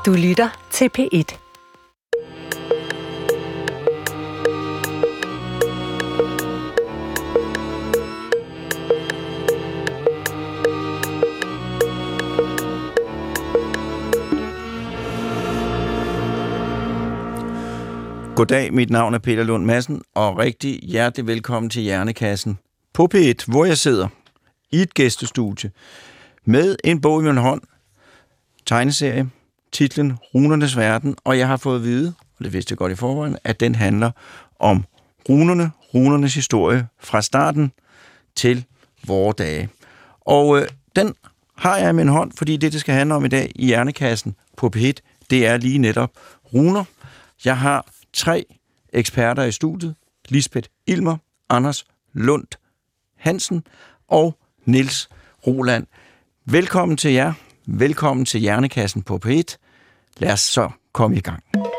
Du lytter til P1. Goddag, mit navn er Peter Lund Madsen, og rigtig hjertelig velkommen til Hjernekassen på P1, hvor jeg sidder i et gæstestudie med en bog i min hånd, tegneserie, titlen Runernes Verden, og jeg har fået at vide, og det vidste jeg godt i forvejen, at den handler om runernes historie fra starten til vore dage. Og den har jeg i min hånd, fordi det skal handle om i dag i Hjernekassen på P1, det er lige netop runer. Jeg har 3 eksperter i studiet, Lisbeth Ilmer, Anders Lund Hansen og Niels Roland. Velkommen til jer. Velkommen til Hjernekassen på P1. Lad os så komme i gang.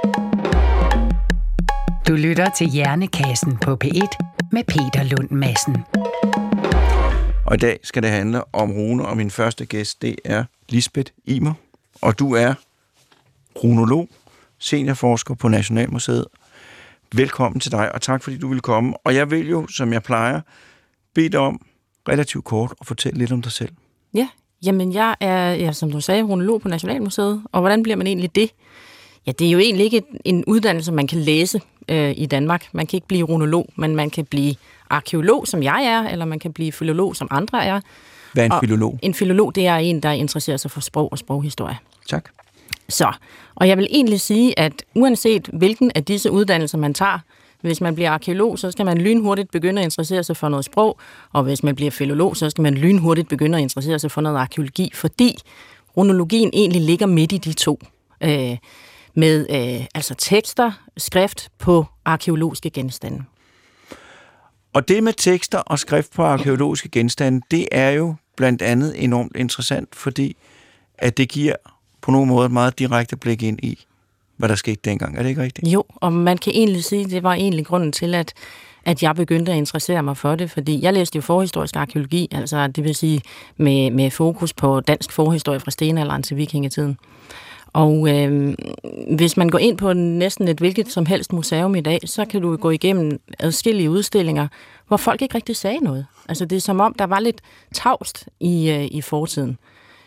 Du lytter til Hjernekassen på P1 med Peter Lund Madsen. Og i dag skal det handle om runer, og min første gæst, det er Lisbeth Ilmer. Og du er runolog, seniorforsker på Nationalmuseet. Velkommen til dig, og tak fordi du vil komme. Og jeg vil jo, som jeg plejer, bede dig om relativt kort at fortælle lidt om dig selv. Ja, jamen jeg er, som du sagde, runolog på Nationalmuseet. Og hvordan bliver man egentlig det? Ja, det er jo egentlig ikke en uddannelse, man kan læse i Danmark. Man kan ikke blive runolog, men man kan blive arkæolog, som jeg er, eller man kan blive filolog, som andre er. Hvad er en filolog? En filolog, det er en, der interesserer sig for sprog og sproghistorie. Tak. Så, og jeg vil egentlig sige, at uanset hvilken af disse uddannelser man tager, hvis man bliver arkæolog, så skal man lynhurtigt begynde at interessere sig for noget sprog, og hvis man bliver filolog, så skal man lynhurtigt begynde at interessere sig for noget arkæologi, fordi runologien egentlig ligger midt i de to, med altså tekster, skrift på arkæologiske genstande. Og det med tekster og skrift på arkæologiske genstande, det er jo blandt andet enormt interessant, fordi at det giver på nogen måde et meget direkte blik ind i, hvad der skete dengang. Er det ikke rigtigt? Jo, og man kan egentlig sige, at det var egentlig grunden til, at jeg begyndte at interessere mig for det, fordi jeg læste jo forhistorisk arkæologi, altså det vil sige med fokus på dansk forhistorie fra stenalderen til vikingetiden. Og hvis man går ind på næsten et hvilket som helst museum i dag, så kan du gå igennem adskillige udstillinger, hvor folk ikke rigtig sagde noget. Altså det er som om, der var lidt tavst i fortiden.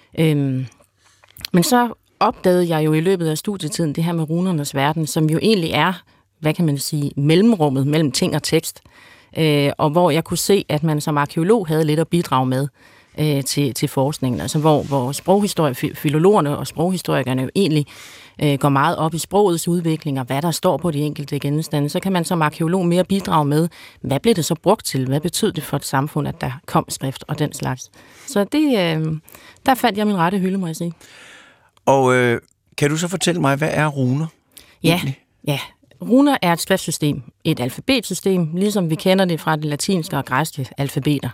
Men så opdagede jeg jo i løbet af studietiden det her med runernes verden, som jo egentlig er, hvad kan man sige, mellemrummet mellem ting og tekst. Og hvor jeg kunne se, at man som arkæolog havde lidt at bidrage med til forskningen. Altså hvor filologerne og sproghistorikerne jo egentlig går meget op i sprogets udvikling og hvad der står på de enkelte genstande, så kan man som arkæolog mere bidrage med, hvad blev det så brugt til? Hvad betød det for et samfund, at der kom skrift og den slags? Så det, der fandt jeg min rette hylde, må jeg sige. Og kan du så fortælle mig, hvad er runer? Ja. Runer er et skriftsystem, et alfabetsystem, ligesom vi kender det fra det latinske og græske alfabeter.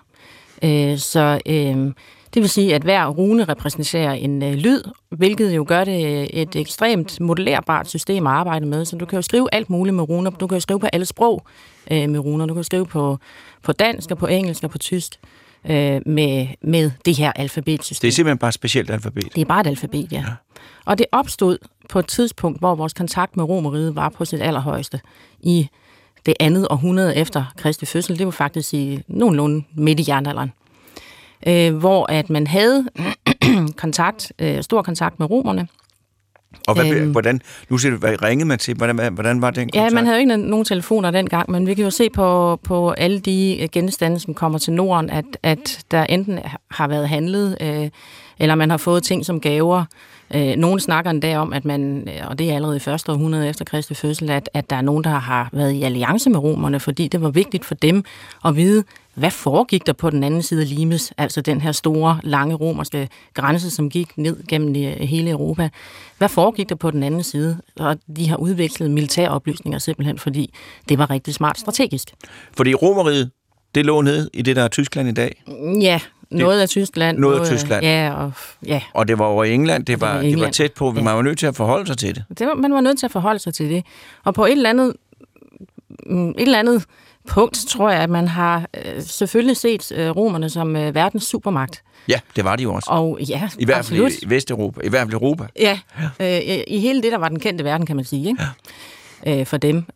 Det vil sige, at hver rune repræsenterer en lyd, hvilket jo gør det et ekstremt modellerbart system at arbejde med. Så du kan jo skrive alt muligt med runer. Du kan jo skrive på alle sprog med runer. Du kan skrive på dansk og på engelsk og på tysk med det her alfabetsystem. Det er simpelthen bare et specielt alfabet? Det er bare et alfabet, ja. Og det opstod på et tidspunkt, hvor vores kontakt med Romerriget var på sit allerhøjeste i det andet århundrede efter Kristi fødsel. Det var faktisk i nogenlunde midt i jernalderen. Hvor at man havde stor kontakt med romerne. Og hvordan, nu siger du, hvad ringede man til? Hvordan var den kontakt? Ja, man havde jo ikke nogen telefoner dengang, men vi kan jo se på alle de genstande, som kommer til Norden, at der enten har været handlet, eller man har fået ting som gaver. Nogen snakker endda om, at man, og det er allerede i første århundrede efter Kristi fødsel, at der er nogen, der har været i alliance med romerne, fordi det var vigtigt for dem at vide, hvad foregik der på den anden side af Limes, altså den her store, lange romerske grænse, som gik ned gennem hele Europa. Hvad foregik der på den anden side? Og de har udvekslet militære oplysninger simpelthen, fordi det var rigtig smart strategisk. Fordi Romeriet, det lå ned i det, der er Tyskland i dag? Ja, noget af Tyskland. Noget af Tyskland. Ja. Og det var over England, det var tæt på, man var nødt til at forholde sig til det. Man var nødt til at forholde sig til det. Og på et eller andet punkt tror jeg, at man har selvfølgelig set romerne som verdens supermagt. Ja, det var de jo også. Og ja, I hvert fald i Vesteuropa, i hvert fald Europa. Ja, i hele det, der var den kendte verden, kan man sige, ikke? Ja. For dem.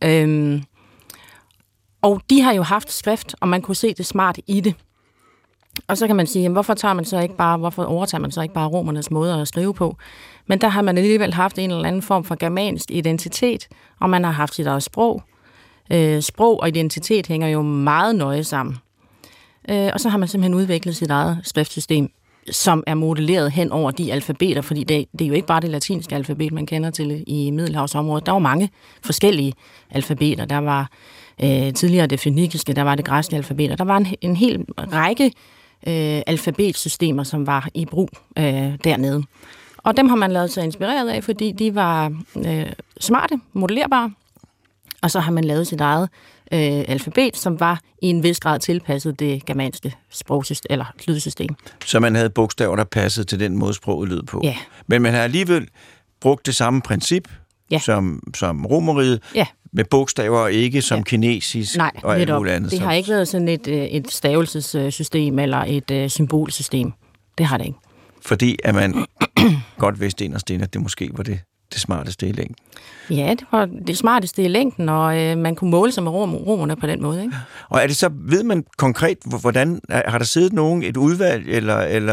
Og de har jo haft skrift, og man kunne se det smart i det. Og så kan man sige, jamen, hvorfor overtager man så ikke bare romernes måde at skrive på? Men der har man alligevel haft en eller anden form for germansk identitet, og man har haft sit eget sprog. Sprog og identitet hænger jo meget nøje sammen. Og så har man simpelthen udviklet sit eget skriftsystem, som er modelleret hen over de alfabeter, fordi det er jo ikke bare det latinske alfabet, man kender til i Middelhavsområdet. Der var mange forskellige alfabeter. Der var tidligere det fønikiske, der var det græske alfabet, og der var en hel række alfabetsystemer, som var i brug dernede. Og dem har man lavet sig inspireret af, fordi de var smarte, modellerbare, og så har man lavet sit eget alfabet, som var i en vis grad tilpasset det germanske sprogsystem, eller lydsystem. Så man havde bogstaver, der passede til den måde, sproget lød på. Ja. Men man har alligevel brugt det samme princip som Romerriget, med bogstaver og ikke som kinesisk og alt muligt andet. Det har ikke været sådan et stavelsessystem eller et symbolsystem. Det har det ikke. Fordi at man godt vidste inderst inde, at det måske var det smarteste i længden. Ja, det var det smarteste i længden, og man kunne måle sig med romerne på den måde, ikke? Og er det så, ved man konkret, hvordan har der siddet nogen, et udvalg, eller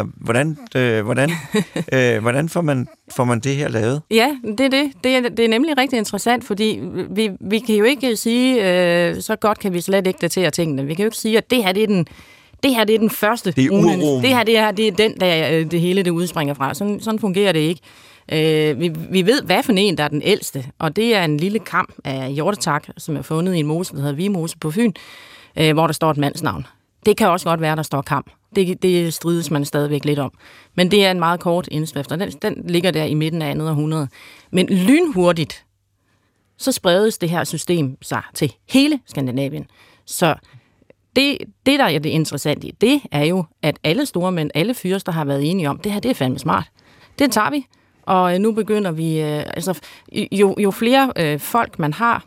hvordan får man det her lavet? Ja, det er det. Det er nemlig rigtig interessant, fordi vi kan jo ikke sige, så godt kan vi slet ikke datere tingene. Vi kan jo ikke sige, at det her er den første. Det er uroen. Det er den, der det hele det udspringer fra. Sådan fungerer det ikke. Vi ved, hvad for en, der er den ældste, og det er en lille kam af hjortetak, som er fundet i en mose, der hedder Vimose på Fyn, hvor der står et mandsnavn. Det kan også godt være, der står kam. Det strides man stadigvæk lidt om. Men det er en meget kort indskrift, og den ligger der i midten af 2. århundrede. Men lynhurtigt, så spredes det her system sig til hele Skandinavien. Så det, der er det interessante i det, er jo, at alle store mænd, alle fyrster har været enige om, det her, det er fandme smart. Det tager vi. Og nu begynder vi, jo flere folk man har,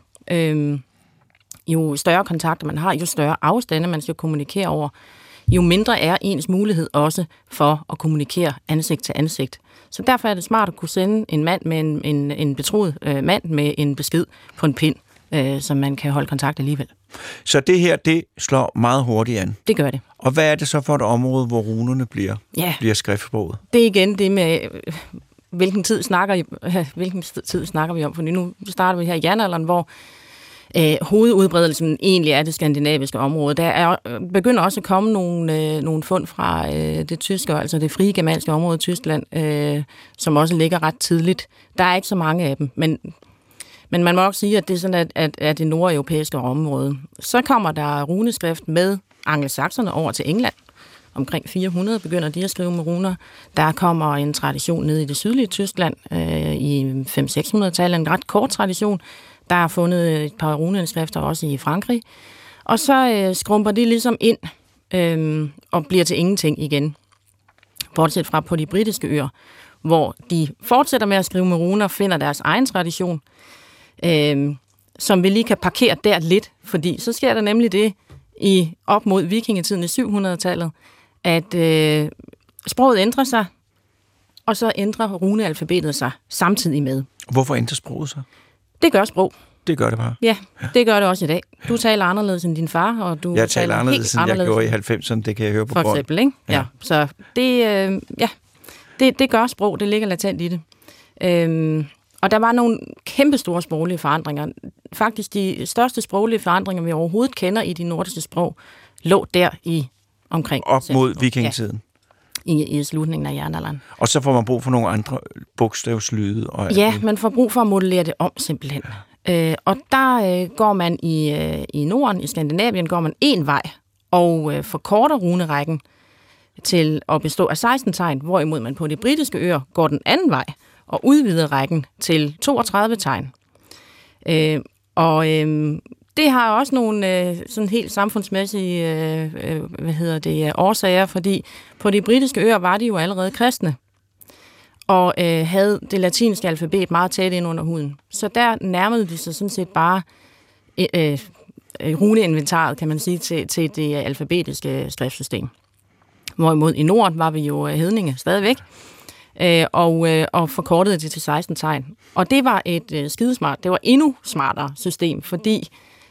jo større kontakter man har, jo større afstande man skal kommunikere over, jo mindre er ens mulighed også for at kommunikere ansigt til ansigt. Så derfor er det smart at kunne sende en mand med en betroet mand med en besked på en pind, som man kan holde kontakt alligevel. Så det her, det slår meget hurtigt an? Det gør det. Og hvad er det så for et område, hvor runerne bliver skriftsproget? Det er igen det med... Hvilken tid snakker vi om? For nu starter vi her i jernalderen, hvor hovedudbredelsen egentlig er det skandinaviske område. Der begynder også at komme nogle fund fra det tyske, altså det frie germanske område i Tyskland, som også ligger ret tidligt. Der er ikke så mange af dem, men man må også sige, at det er sådan, at det nordeuropæiske område. Så kommer der runeskrift med angelsakserne over til England. Omkring 400 begynder de at skrive med runer. Der kommer en tradition ned i det sydlige Tyskland i 500-600-tallet, en ret kort tradition. Der er fundet et par runeindskrifter også i Frankrig. Og så skrumper de ligesom ind og bliver til ingenting igen. Bortset fra på de britiske øer, hvor de fortsætter med at skrive med runer og finder deres egen tradition, som vi lige kan parkere der lidt, fordi så sker der nemlig det op mod vikingetiden i 700-tallet, at sproget ændrer sig, og så ændrer runealfabetet sig samtidig med. Hvorfor ændrer sproget sig? Det gør sprog. Det gør det bare? Ja, det gør det også i dag. Du taler anderledes end din far, og du jeg taler anderledes, end jeg gjorde i 90'erne, det kan jeg høre på bånd. For eksempel, ikke? Ja. Så det gør sprog, det ligger latent i det. Og der var nogle kæmpe store sproglige forandringer. Faktisk de største sproglige forandringer, vi overhovedet kender i de nordiske sprog, lå der i omkring... Op mod vikingetiden? Ja, i slutningen af jernalderen. Og så får man brug for nogle andre bogstavslyde? Ja, man får brug for at modellere det om simpelthen. Og der går man i Norden, i Skandinavien, går man en vej og forkorter runerækken til at bestå af 16 tegn, hvorimod man på de britiske øer går den anden vej og udvider rækken til 32 tegn. Det har også nogle sådan helt samfundsmæssige årsager, fordi på de britiske øer var de jo allerede kristne, og havde det latinske alfabet meget tæt ind under huden. Så der nærmede de sig sådan set bare runeinventaret, kan man sige, til det alfabetiske skriftsystem. Hvorimod i Norden var vi jo hedninge stadigvæk, og forkortede det til 16 tegn. Og det var et skidesmart, det var endnu smartere system, fordi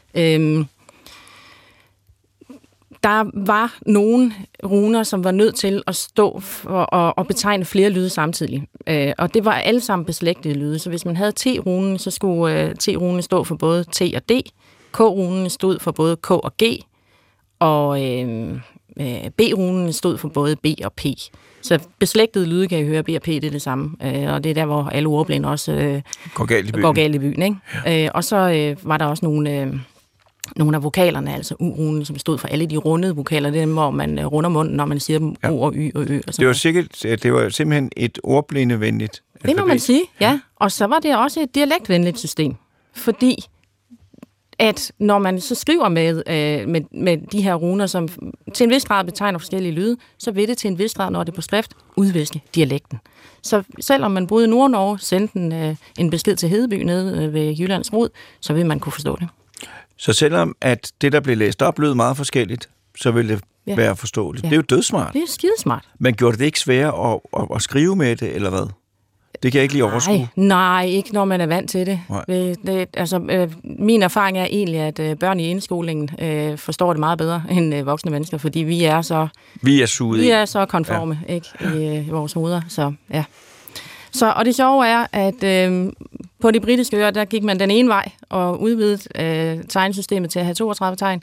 der var nogle runer, som var nødt til at stå for at betegne flere lyde samtidig. Og det var alle sammen beslægtede lyde, så hvis man havde T-runen, så skulle T-runen stå for både T og D, K-runen stod for både K og G, og B-runen stod for både B og P. Så beslægtede lyde kan I høre, B og P, det er det samme. Og det er der, hvor alle ordblinde også går galt i byen. Ikke? Ja. Og så var der også nogle af vokalerne, altså U-runen, som stod for alle de rundede vokaler. Det er dem, hvor man runder munden, når man siger dem O og Y og Ø. Og det var simpelthen et ordblindevenligt alfabet. Det må man sige, ja. Og så var det også et dialektvenligt system. Fordi at når man så skriver med de her runer, som til en vis grad betegner forskellige lyde, så vil det til en vis grad, når det er på skrift, udviske dialekten. Så selvom man boede i Nord-Norge, sendte en besked til Hedeby nede ved Jyllands Rod, så vil man kunne forstå det. Så selvom at det, der blev læst op, lød meget forskelligt, så ville det være forståeligt. Ja. Det er jo dødsmart. Det er skidesmart. Men gjorde det ikke sværere at skrive med det, eller hvad? Det kan jeg ikke lige overskue. Nej, ikke når man er vant til det. Min erfaring er egentlig, at børn i indskolingen forstår det meget bedre end voksne mennesker, fordi vi er så konforme, ikke, i vores hoveder. Så, ja. Og det sjove er, at på de britiske øer, der gik man den ene vej og udvidede tegnsystemet til at have 32 tegn,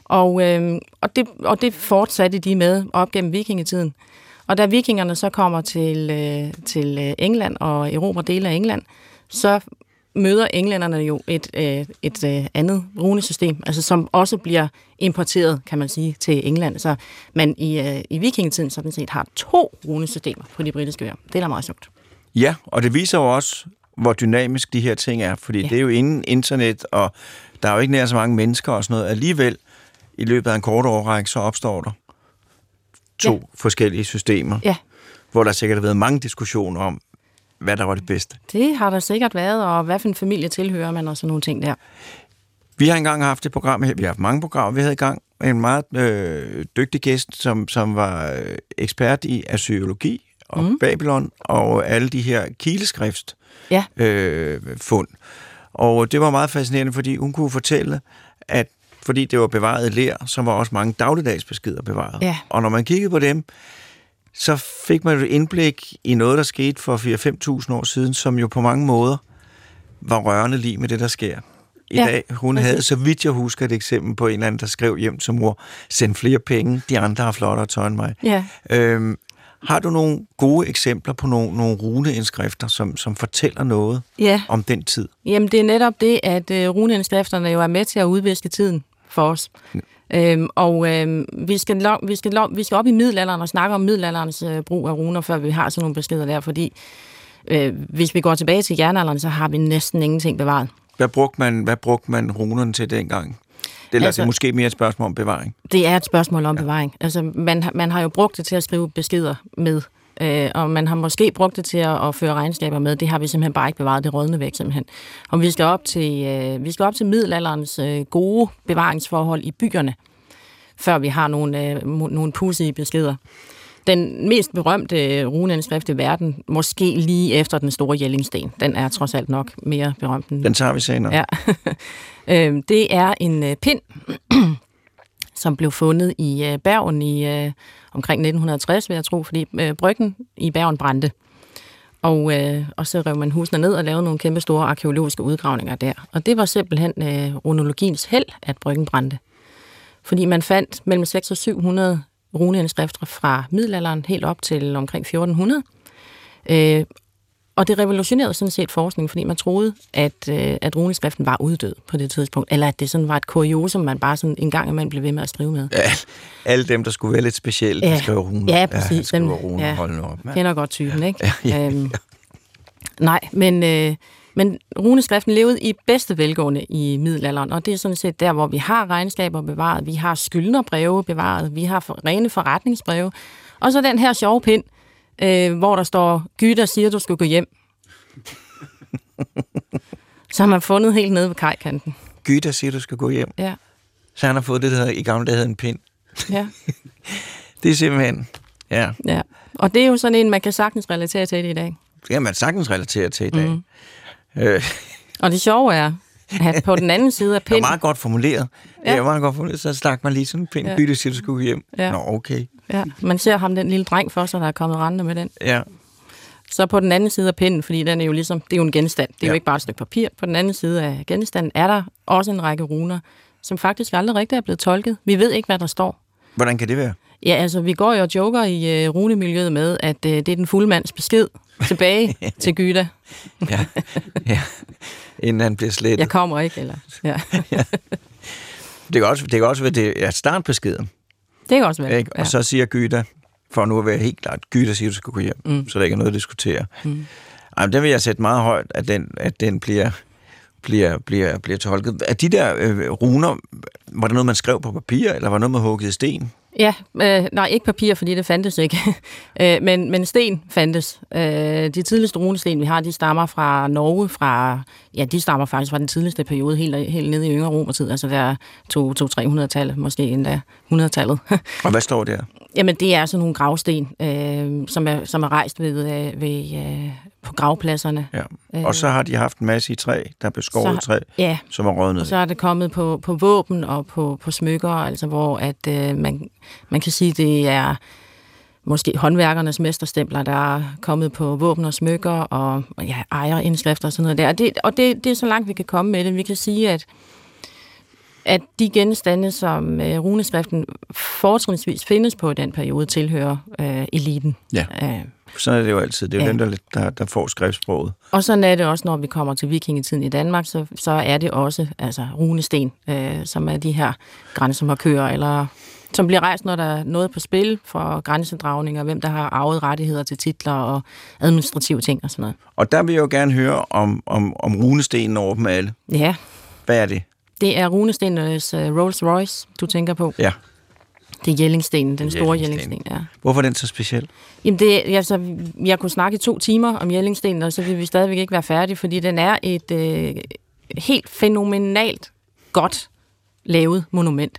og det fortsatte de med op gennem vikingetiden. Og da vikingerne så kommer til England og erobrer dele af England, så møder englænderne jo et andet runesystem, altså som også bliver importeret, kan man sige, til England. Så man i vikingetiden sådan set har 2 runesystemer på de britiske øer. Det er da meget sjovt. Ja, og det viser jo også, hvor dynamisk de her ting er, fordi det er jo inden internet, og der er jo ikke nær så mange mennesker og sådan noget. Alligevel, i løbet af en kort årrække, så opstår der 2 forskellige systemer, hvor der sikkert har været mange diskussioner om, hvad der var det bedste. Det har der sikkert været, og hvad for en familie tilhører man, og sådan nogle ting der. Vi har engang haft et program, vi har haft mange programmer, vi havde i gang en meget dygtig gæst, som var ekspert i assyriologi og Babylon, og alle de her kileskrift fund. Og det var meget fascinerende, fordi hun kunne fortælle, at fordi det var bevaret i ler, så var også mange dagligdagsbeskeder bevaret. Ja. Og når man kiggede på dem, så fik man et indblik i noget, der skete for 4-5.000 år siden, som jo på mange måder var rørende lige med det, der sker i dag. Hun havde, så vidt jeg husker, et eksempel på en eller anden, der skrev hjem til mor, send flere penge, de andre har flottere tøj end mig. Ja. Har du nogle gode eksempler på nogle runeindskrifter, som fortæller noget om den tid? Jamen, det er netop det, at runeindskrifterne jo er med til at udviske tiden for os. Vi skal op i middelalderen og snakke om middelalderens brug af runer, før vi har sådan nogle beskeder der, fordi hvis vi går tilbage til jernalderen, så har vi næsten ingenting bevaret. Hvad brugte man runerne til dengang? Det er måske mere et spørgsmål om bevaring. Det er et spørgsmål om bevaring. Altså, man har jo brugt det til at skrive beskeder med, og man har måske brugt det til at føre regnskaber med. Det har vi simpelthen bare ikke bevaret, det rådne væk simpelthen. Og vi skal op til middelalderens gode bevaringsforhold i byerne, før vi har nogle pudsige beskeder. Den mest berømte runeindskrift i verden, måske lige efter den store Jellingsten. Den er trods alt nok mere berømt. Den tager vi senere. Ja. Det er en pind, som blev fundet i Bergen omkring 1960, vil jeg tro, fordi bryggen i Bergen brændte. Og så rev man husene ned og lavede nogle kæmpe store arkæologiske udgravninger der. Og det var simpelthen runologiens held, at bryggen brændte. Fordi man fandt mellem 600 og 700 runeindskrifter fra middelalderen helt op til omkring 1400. Og det revolutionerede sådan set forskningen, fordi man troede, at runeskriften var uddød på det tidspunkt, eller at det sådan var et kuriosum, man bare sådan en gang imellem blev ved med at skrive med. Ja, alle dem, der skulle være lidt specielle, de skrev runer. Ja, præcis. Ja, hold nu op. Kender godt typen, ikke? Ja. Nej, men runeskriften levede i bedste velgående i middelalderen, og det er sådan set der, hvor vi har regnskaber bevaret, vi har skyldnerbreve bevaret, vi har rene forretningsbreve, og så den her sjove pind, hvor der står, Gyda siger, du skal gå hjem. Så har man fundet helt nede ved kajkanten. Gyda siger, du skal gå hjem? Ja. Så han har fået det, der i gamle dage hedder en pind. Ja. Det er simpelthen, ja. Ja. Og det er jo sådan en, man kan sagtens relatere til det i dag. Det kan man sagtens relatere til i dag. Mm. Og det sjove er, at på den anden side af pinden... Det er meget godt formuleret. Ja. Det er meget godt formuleret. Så stak man lige sådan en pind. Ja. Bytte, siger du skulle hjem. Ja. Nå, okay. Ja, man ser ham, den lille dreng for sig, der er kommet rendende med den. Ja. Så på den anden side af pinden, fordi den er jo ligesom, det er jo en genstand. Det er jo ikke bare et stykke papir. På den anden side af genstanden er der også en række runer, som faktisk aldrig rigtig er blevet tolket. Vi ved ikke, hvad der står. Hvordan kan det være? Ja, altså, vi går jo og joker i runemiljøet med, at det er den fuldmands besked tilbage til Gyda. Ja. Inden han bliver slettet. Jeg kommer ikke, eller... Ja. Ja. Det kan også være, det er startbeskeden. Det kan også være. Ikke? Og så siger Gyda, for nu at være helt klart, Gyda siger, du skal gå hjem, så der ikke er noget at diskutere. Ej, den vil jeg sætte meget højt, at den bliver tolket. Er de der runer, var det noget, man skrev på papir, eller var det noget, man huggede i sten? Ja, nej, ikke papir, fordi det fandtes ikke. Men sten fandtes. De tidligste runesten, vi har, de stammer fra Norge, de stammer faktisk fra den tidligste periode, helt nede i yngre romertid, altså der 200-300-tallet, måske endda 100-tallet. Og hvad står der? Jamen, det er sådan nogle gravsten, som er rejst på gravpladserne. Ja. Og så har de haft en masse i træ, der blev skåret træ, som er røget ned. Og så er det kommet på våben og på smykker, altså hvor at man kan sige, det er måske håndværkernes mesterstempler, der er kommet på våben og smykker og ejerindskrifter og sådan noget der. Og det er så langt, vi kan komme med det. Vi kan sige, at de genstande, som runeskriften fortrinsvis findes på i den periode, tilhører eliten. Ja. Sådan er det jo altid. Det er jo dem, der får skriftsproget. Og sådan er det også, når vi kommer til vikingetiden i Danmark, så er det også runesten, som er de her grænsemarkører, eller som bliver rejst, når der er noget på spil for grænsedragninger, hvem der har arvet rettigheder til titler og administrative ting og sådan noget. Og der vil jeg jo gerne høre om runestenen over dem alle. Ja. Hvad er det? Det er runestenenes Rolls Royce, du tænker på. Ja. Det er Jellingstenen, den store Jellingsten, ja. Hvorfor er den så speciel? Jamen jeg kunne snakke i 2 timer om Jellingstenen, og så vil vi stadigvæk ikke være færdige, fordi den er et helt fænomenalt godt lavet monument.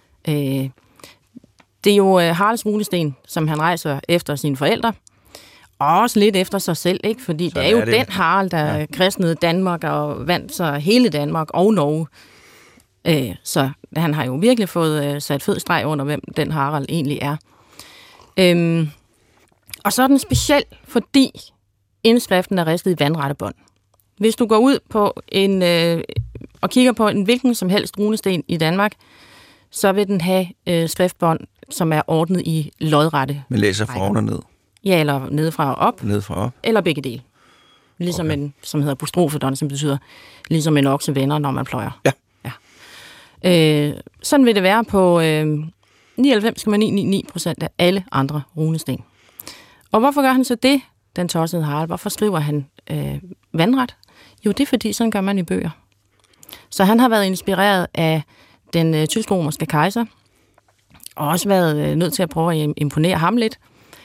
Det er jo Haralds runesten, som han rejser efter sine forældre, og også lidt efter sig selv, ikke? Fordi så det er jo den Harald, der kristnede Danmark og vandt så hele Danmark og Norge. Så han har jo virkelig fået sat fed streg under, hvem den Harald egentlig er. Og så er den speciel, fordi indskriften er ristet i vandrette bånd. Hvis du går ud på og kigger på en hvilken som helst runesten i Danmark, så vil den have skriftbånd, som er ordnet i lodrette. Man læser fra og ned. Ja, eller nedefra og op. Nedefra og op. Eller begge dele. Ligesom en, som hedder apostrofedon, som betyder, ligesom en okse vender, når man pløjer. Ja. Sådan vil det være på 99,999% af alle andre runesten. Og hvorfor gør han så det, den tossede Harald? Hvorfor skriver han vandret? Jo, det er fordi, sådan gør man i bøger. Så han har været inspireret af den tysk-romerske kejser, og også været nødt til at prøve at imponere ham lidt.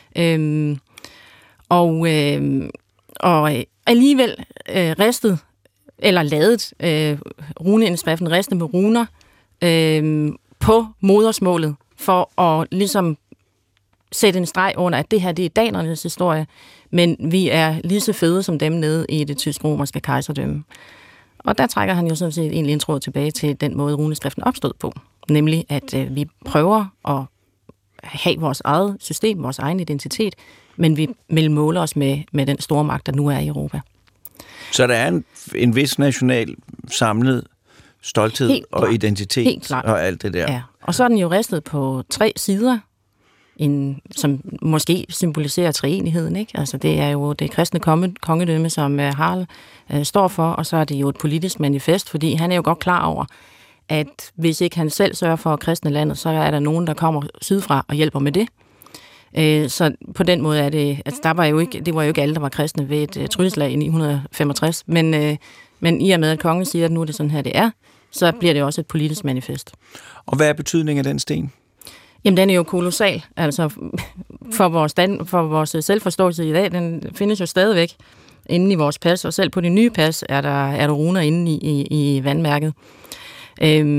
Og alligevel ristet, eller lavet runeindskriften ristet med runer på modersmålet, for at ligesom sætte en streg under, at det her, det er danernes historie, men vi er lige så fede som dem nede i det tysk-romerske kejserdømme. Og der trækker han jo sådan set egentlig en tråd tilbage til den måde, runeskriften opstod på. Nemlig, at vi prøver at have vores eget system, vores egen identitet, men vi vil måle os med den store magt, der nu er i Europa. Så der er en vis national samlet stolthed og identitet og alt det der. Ja. Og så er den jo ristet på 3 sider, som måske symboliserer treenigheden, ikke? Altså det er jo det kristne kongedømme, som Harald står for, og så er det jo et politisk manifest, fordi han er jo godt klar over, at hvis ikke han selv sørger for at kristne landet, så er der nogen, der kommer sydfra og hjælper med det. Så på den måde er det, altså det var jo ikke alle, der var kristne ved et trylleslag i 965, men i og med, at kongen siger, at nu er det sådan her, det er, så bliver det også et politisk manifest. Og hvad er betydningen af den sten? Jamen, den er jo kolossal. Altså, for vores selvforståelse i dag, den findes jo stadigvæk inde i vores pas, og selv på de nye pas er der runer inde i vandmærket.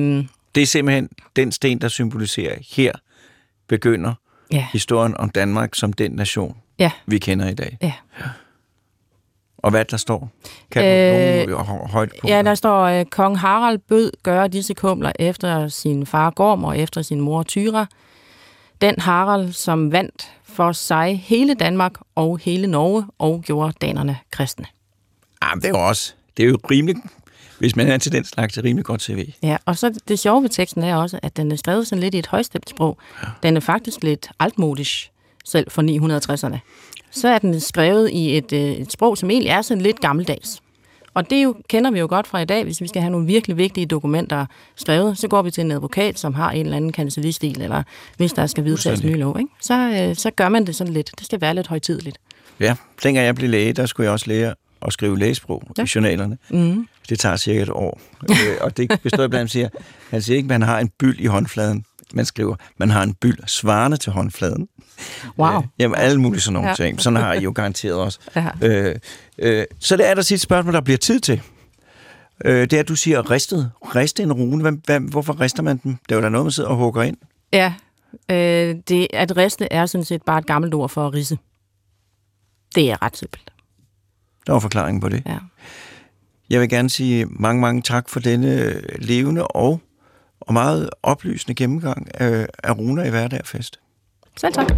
Det er simpelthen den sten, der symboliserer, her begynder historien om Danmark som den nation, vi kender i dag. Ja. Og hvad der står? Kan du nogle højdepunkter? Ja, der står, kong Harald bød gøre disse kumler efter sin far Gorm og efter sin mor Thyra. Den Harald, som vandt for sig hele Danmark og hele Norge og gjorde danerne kristne. Det er jo rimeligt, hvis man er til den slags, det er rimelig godt CV. Ja, og så det sjove ved teksten er også, at den er skrevet sådan lidt i et højstemt sprog. Ja. Den er faktisk lidt altmodisk, selv for 960'erne. Så er den skrevet i et sprog, som egentlig er sådan lidt gammeldags. Og det kender vi jo godt fra i dag. Hvis vi skal have nogle virkelig vigtige dokumenter skrevet, så går vi til en advokat, som har en eller anden kancellistil, eller hvis der skal vedtages nye lov, ikke? Så gør man det sådan lidt. Det skal være lidt højtideligt. Ja, dengang jeg blev læge, der skulle jeg også lære at skrive lægesprog i journalerne. Mm. Det tager cirka et år. Og det består blandt andet, han siger ikke, at man har en byld i håndfladen. Man skriver, man har en byld svarende til håndfladen. Wow. Jamen, alle mulige sådan nogle ting. Sådan har I jo garanteret også. Så det er der sidste spørgsmål, der bliver tid til. Det er, at du siger riste en rune. Hvorfor rister man den? Det er jo da noget, man sidder og hugger ind. Ja, det at riste er sådan set bare et gammelt ord for at ridse. Det er ret simpelt. Der var forklaringen på det. Ja. Jeg vil gerne sige mange, mange tak for denne levende og meget oplysende gennemgang af runer i Hverdagfest. Selv tak.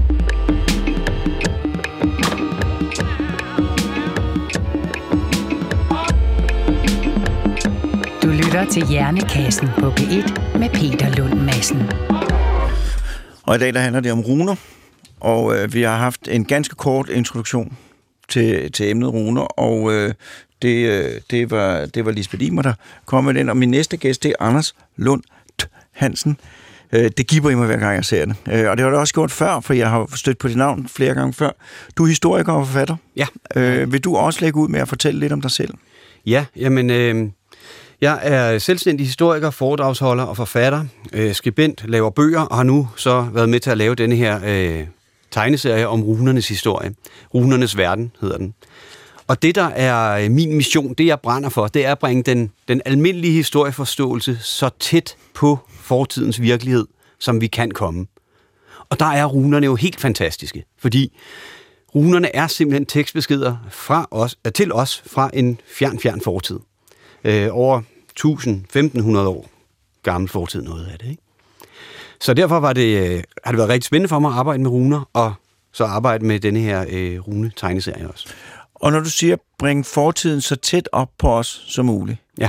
Du lytter til Hjernekassen på P1 med Peter Lund Madsen. Og i dag der handler det om runer, og vi har haft en ganske kort introduktion til emnet runer, og det var Lisbeth Imer, der kom med den, og min næste gæst, det er Anders Lund Hansen. Det giver i mig hver gang, jeg ser det. Og det har det også gjort før, for jeg har stødt på dit navn flere gange før. Du er historiker og forfatter. Ja. Vil du også lægge ud med at fortælle lidt om dig selv? Ja, jamen, jeg er selvstændig historiker, foredragsholder og forfatter, skribent, laver bøger, og har nu så været med til at lave denne her tegneserie om runernes historie. Runernes verden hedder den. Og det, der er min mission, det jeg brænder for, det er at bringe den almindelige historieforståelse så tæt på fortidens virkelighed, som vi kan komme. Og der er runerne jo helt fantastiske, fordi runerne er simpelthen tekstbeskeder til os fra en fjern fortid. Over 1000-1500 år gammel fortid, noget af det, ikke? Så derfor har det været rigtig spændende for mig at arbejde med runer, og så arbejde med denne her rune-tegneserie også. Og når du siger, bring fortiden så tæt op på os som muligt. Ja.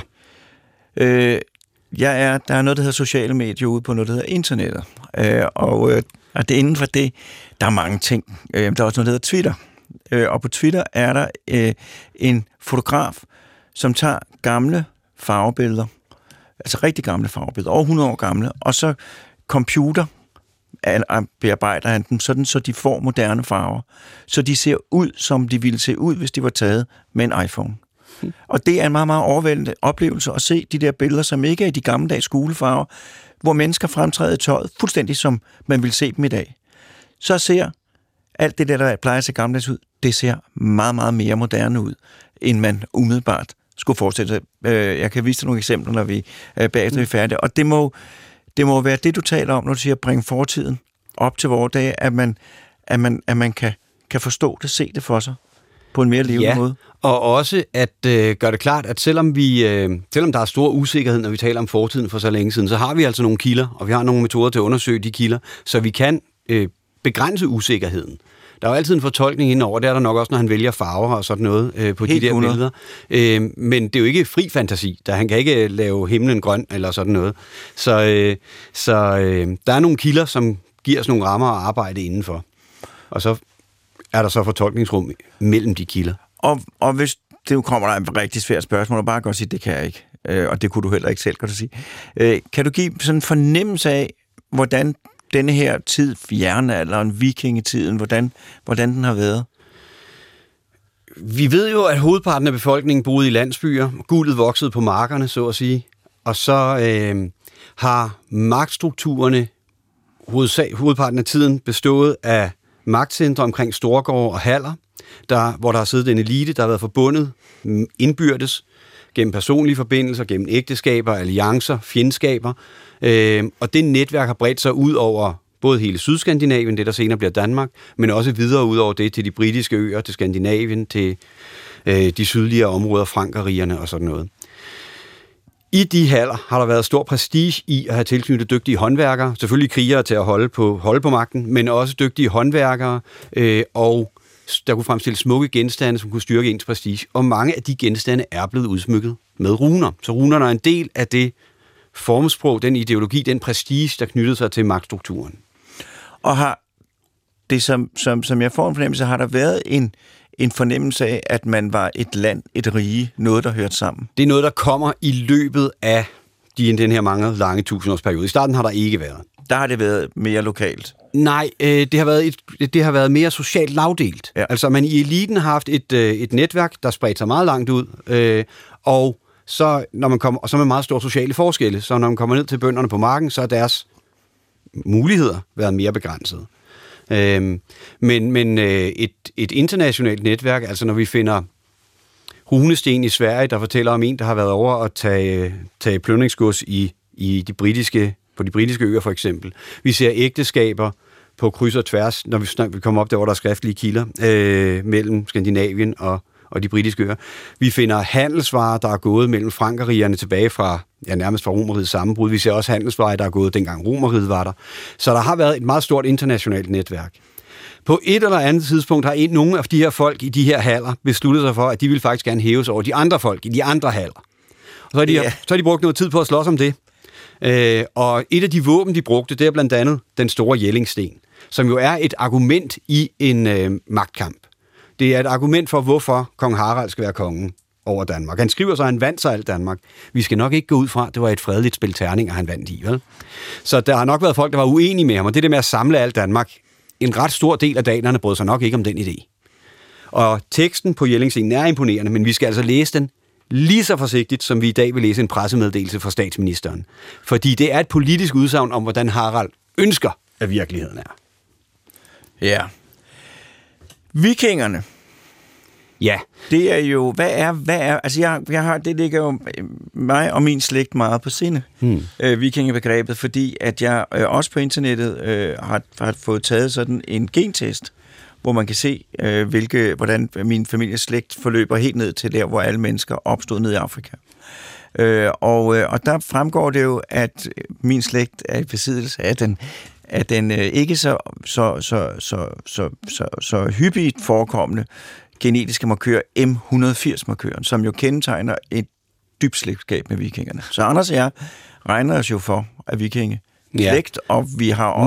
Der er noget, der hedder sociale medier ude på noget, der hedder internettet. Og det inden for det, der er mange ting. Der er også noget, der hedder Twitter. Og på Twitter er der en fotograf, som tager gamle farvebilleder, altså rigtig gamle farvebilleder, over 100 år gamle, og så computer bearbejder han dem, sådan så de får moderne farver. Så de ser ud, som de ville se ud, hvis de var taget med en iPhone. Og det er en meget, meget overvældende oplevelse at se de der billeder, som ikke er i de gammeldags skolefarver, hvor mennesker fremtræder i tøjet, fuldstændig som man vil se dem i dag. Så ser alt det der plejer at se gammeldags ud, det ser meget, meget mere moderne ud, end man umiddelbart skulle forestille sig. Jeg kan vise dig nogle eksempler, når vi bagefter er færdige. Og det må være det, du taler om, når du siger, bringe fortiden op til vores dage, at man kan forstå det, se det for sig på en mere levende måde. Og også at gøre det klart, at selvom der er stor usikkerhed, når vi taler om fortiden for så længe siden, så har vi altså nogle kilder, og vi har nogle metoder til at undersøge de kilder, så vi kan begrænse usikkerheden. Der er jo altid en fortolkning indover, det er der nok også, når han vælger farver og sådan noget på helt de der 100. Billeder. Men det er jo ikke fri fantasi, han kan ikke lave himlen grøn eller sådan noget. Så der er nogle kilder, som giver os nogle rammer at arbejde indenfor. Og så er der så fortolkningsrum mellem de kilder. Og hvis det kommer der et rigtig svært spørgsmål, og bare godt sige, det kan jeg ikke. Og det kunne du heller ikke selv, kan du sige. Kan du give sådan en fornemmelse af, hvordan denne her tid, jernalderen, vikingetiden, hvordan den har været? Vi ved jo, at hovedparten af befolkningen boede i landsbyer. Guldet voksede på markerne, så at sige. Og så har magtstrukturerne hovedparten af tiden bestået af magtcentre omkring storgårde og haller. hvor der har siddet en elite, der har været forbundet indbyrdes, gennem personlige forbindelser, gennem ægteskaber, alliancer, fjendskaber. Og det netværk har bredt sig ud over både hele Sydskandinavien, det der senere bliver Danmark, men også videre ud over det til de britiske øer, til Skandinavien, til de sydligere områder, Frankerrigerne og sådan noget. I de haller har der været stor prestige i at have tilknyttet dygtige håndværkere, selvfølgelig krigere til at holde på magten, men også dygtige håndværkere, og der kunne fremstilles smukke genstande, som kunne styrke ens prestige. Og mange af de genstande er blevet udsmykket med runer. Så runerne er en del af det formsprog, den ideologi, den prestige, der knyttede sig til magtstrukturen. Og har det, som jeg får en fornemmelse, har der været en fornemmelse af, at man var et land, et rige, noget, der hørte sammen? Det er noget, der kommer i løbet af den her mange lange tusindårsperiode. I starten har der ikke været. Der har det været mere lokalt? Nej, det har været mere socialt lavdelt. Ja. Altså, man i eliten har haft et netværk, der spredte sig meget langt ud, og så med meget store sociale forskelle, så når man kommer ned til bønderne på marken, så er deres muligheder været mere begrænsede. Men et internationalt netværk, altså når vi finder runesten i Sverige, der fortæller om en, der har været over at tage plyndringsgods på de britiske øer for eksempel. Vi ser ægteskaber på kryds og tværs, når vi kommer op der, hvor der er skriftlige kilder, mellem Skandinavien og de britiske øer. Vi finder handelsvarer, der er gået mellem frankerrigerne tilbage fra, nærmest fra Romerrigets sammenbrud. Vi ser også handelsvarer, der er gået dengang Romerriget var der. Så der har været et meget stort internationalt netværk. På et eller andet tidspunkt har nogle af de her folk i de her haller besluttet sig for, at de vil faktisk gerne hæves over de andre folk i de andre haller. Og så har de brugt noget tid på at slås om det. Og et af de våben, de brugte, det er blandt andet den store Jellingsten, som jo er et argument i en magtkamp. Det er et argument for, hvorfor kong Harald skal være kongen over Danmark. Han skriver så, at han vandt sig alt Danmark. Vi skal nok ikke gå ud fra, at det var et fredeligt spil terninger, han vandt i, vel? Så der har nok været folk, der var uenige med ham, og det der med at samle alt Danmark, en ret stor del af danerne brød sig nok ikke om den idé. Og teksten på Jellingstenen er imponerende, men vi skal altså læse den lige så forsigtigt, som vi i dag vil læse en pressemeddelelse fra statsministeren. Fordi det er et politisk udsagn om, hvordan Harald ønsker, at virkeligheden er. Ja. Vikingerne. Ja. Det er jo, hvad er, altså jeg har, det ligger jo mig og min slægt meget på sinde, vikingebegrebet, fordi at jeg også på internettet har fået taget sådan en gentest, hvor man kan se, hvordan min families slægt forløber helt ned til der, hvor alle mennesker opstod ned i Afrika. Og der fremgår det jo, at min slægt er i besiddelse af den ikke så hyppigt forekommende genetiske markør M180-markøren, som jo kendetegner et dybt slægtskab med vikingerne. Så Anders og jeg regner os jo for af vikingeslægt, og vi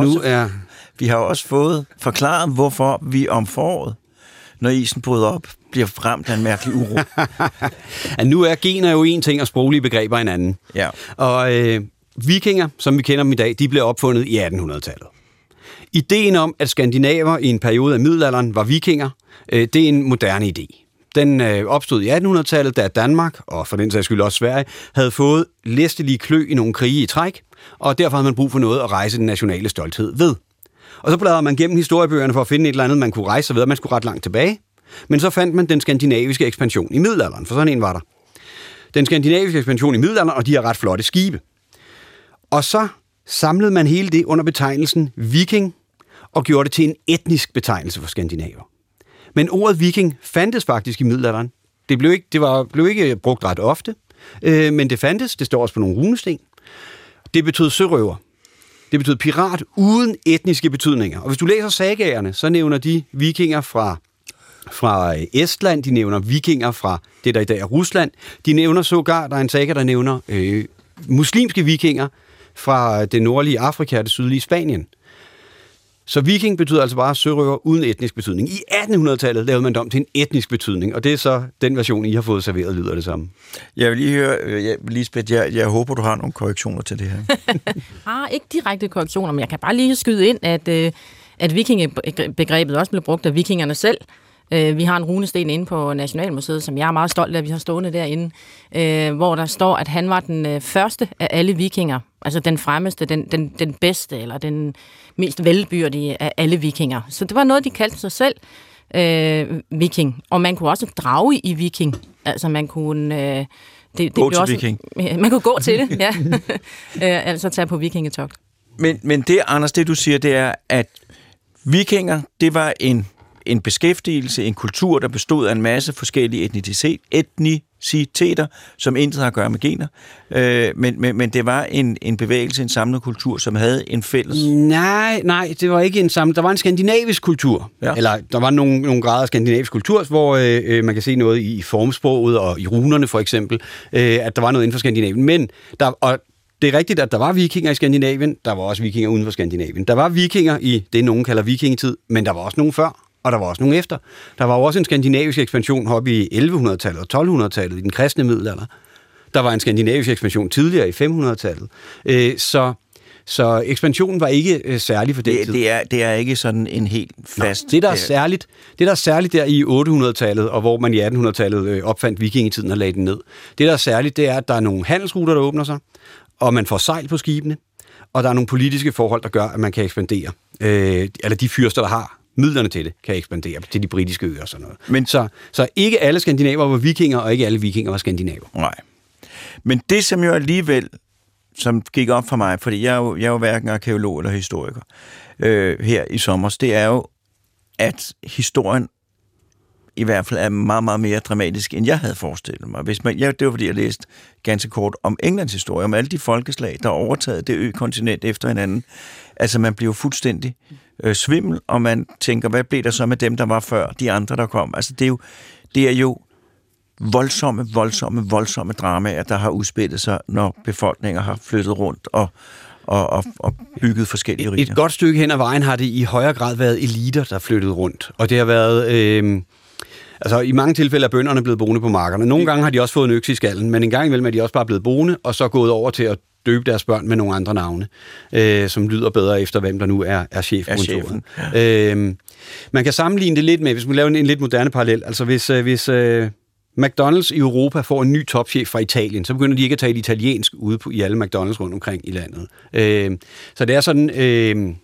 har også fået forklaret, hvorfor vi om foråret, når isen bryder op, bliver ramt af en mærkelig uro. Nu er gener jo en ting, og sproglige begreber en anden. Ja. Og vikinger, som vi kender dem i dag, de blev opfundet i 1800-tallet. Ideen om, at skandinaver i en periode af middelalderen var vikinger, det er en moderne idé. Den opstod i 1800-tallet, da Danmark, og for den sags skyld også Sverige, havde fået læstelige klø i nogle krige i træk, og derfor havde man brug for noget at rejse den nationale stolthed ved. Og så bladrede man gennem historiebøgerne for at finde et eller andet, man kunne rejse sig ved, og man skulle ret langt tilbage. Men så fandt man den skandinaviske ekspansion i middelalderen, for sådan en var der. Den skandinaviske ekspansion i middelalderen, og de har ret flotte skibe. Og så samlede man hele det under betegnelsen viking, og gjorde det til en etnisk betegnelse for skandinaver. Men ordet viking fandtes faktisk i middelalderen. Det blev ikke brugt ret ofte, men det fandtes. Det står også på nogle runesten. Det betød sørøver. Det betød pirat uden etniske betydninger. Og hvis du læser sagaerne, så nævner de vikinger fra Estland, de nævner vikinger fra det, der i dag er Rusland. De nævner sågar, der er en saga, der nævner muslimske vikinger fra det nordlige Afrika og det sydlige Spanien. Så viking betyder altså bare sørøver uden etnisk betydning. I 1800-tallet lavede man det om til en etnisk betydning, og det er så den version, I har fået serveret, lyder det samme. Jeg vil lige høre, Lisbeth, jeg håber, du har nogle korrektioner til det her. Ikke direkte korrektioner, men jeg kan bare lige skyde ind, at vikingebegrebet også blev brugt af vikingerne selv. Vi har en runesten inde på Nationalmuseet, som jeg er meget stolt af, at vi har stående derinde, hvor der står, at han var den første af alle vikinger, altså den fremmeste, den bedste, eller den mest velbyrdige af alle vikinger. Så det var noget, de kaldte sig selv, viking. Og man kunne også drage i viking. Altså man kunne... gå til viking. Man kunne gå til det, ja. Altså tage på vikingetogt. Men det, Anders, det du siger, det er, at vikinger, det var en beskæftigelse, en kultur, der bestod af en masse forskellige etniciteter, som intet har at gøre med gener. Men det var en bevægelse, en samlet kultur, som havde en fælles... Nej, det var ikke en samlet. Der var en skandinavisk kultur. Ja. Eller der var nogle grader af skandinavisk kultur, hvor man kan se noget i formsproget og i runerne for eksempel, at der var noget inden for Skandinavien. Men det er rigtigt, at der var vikinger i Skandinavien, der var også vikinger uden for Skandinavien. Der var vikinger i det, nogen kalder vikingetid, men der var også nogen før, og der var også nogen efter. Der var også en skandinavisk ekspansion oppe i 1100-tallet og 1200-tallet, i den kristne middelalder. Der var en skandinavisk ekspansion tidligere i 500-tallet. Så ekspansionen var ikke særlig for den tid. Det er ikke sådan en helt fast... Det, der er særligt der i 800-tallet, og hvor man i 1800-tallet opfandt vikingetiden og lagde den ned. Det, der er særligt, det er, at der er nogle handelsruter, der åbner sig, og man får sejl på skibene, og der er nogle politiske forhold, der gør, at man kan ekspandere. Eller de fyrster, der har midlerne til det, kan ekspandere til de britiske øer og sådan noget. Men så ikke alle skandinaver var vikinger, og ikke alle vikinger var skandinaver. Nej. Men det, som jo alligevel, som gik op for mig, fordi jeg er jo hverken arkæolog eller historiker her i sommer, det er jo, at historien i hvert fald er meget, meget mere dramatisk, end jeg havde forestillet mig. Det var, fordi jeg læste ganske kort om Englands historie, om alle de folkeslag, der har overtaget det økontinent efter hinanden. Altså, man bliver fuldstændig svimmel, og man tænker, hvad blev der så med dem, der var før, de andre, der kom? Altså, det er jo voldsomme dramaer, der har udspillet sig, når befolkninger har flyttet rundt og bygget forskellige riger. Et godt stykke hen ad vejen har det i højere grad været eliter, der flyttede rundt. Og det har været... Altså, i mange tilfælde er bønderne blevet boende på markerne. Nogle gange har de også fået en økse i skallen, men en gang imellem er de også bare blevet boende, og så gået over til at døbe deres børn med nogle andre navne, som lyder bedre efter, hvem der nu er chef på kontoret. Ja. Man kan sammenligne det lidt med, hvis man laver en lidt moderne parallel, altså hvis McDonald's i Europa får en ny topchef fra Italien, så begynder de ikke at tale italiensk ude i alle McDonald's rundt omkring i landet. Så det er sådan...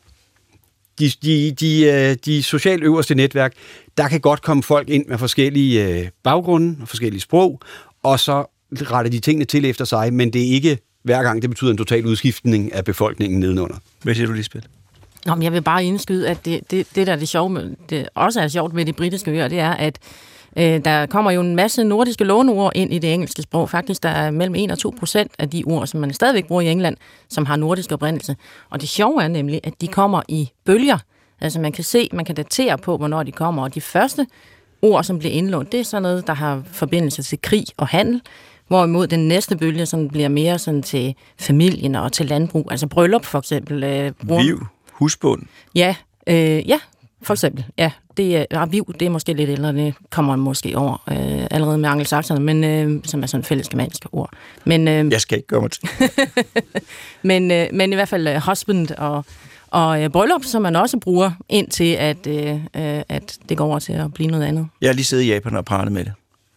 De socialt øverste netværk, der kan godt komme folk ind med forskellige baggrunde og forskellige sprog, og så retter de tingene til efter sig, men det er ikke hver gang, det betyder en total udskiftning af befolkningen nedenunder. Hvad siger du, Lisbeth? Nå, men jeg vil bare indskyde, at det der er det sjove med, det også er sjovt med de britiske øer, det er, at der kommer jo en masse nordiske låneord ind i det engelske sprog. Faktisk der er mellem 1-2% af de ord, som man stadigvæk bruger i England, som har nordisk oprindelse. Og det sjove er nemlig, at de kommer i bølger. Altså man kan datere på, hvornår de kommer. Og de første ord, som bliver indlånt, det er sådan noget, der har forbindelse til krig og handel. Hvorimod den næste bølge sådan bliver mere sådan til familien og til landbrug. Altså bryllup for eksempel. Viv, husbund. Ja, for eksempel. Ja, det er viv, det er måske lidt ældre, det kommer måske over allerede med angelsakserne, men som er sådan fælles germanske ord. Men jeg skal ikke gøre mig til. men i hvert fald husband og bryllup, som man også bruger indtil at det går over til at blive noget andet. Jeg har lige siddet i Japan og pratet med det.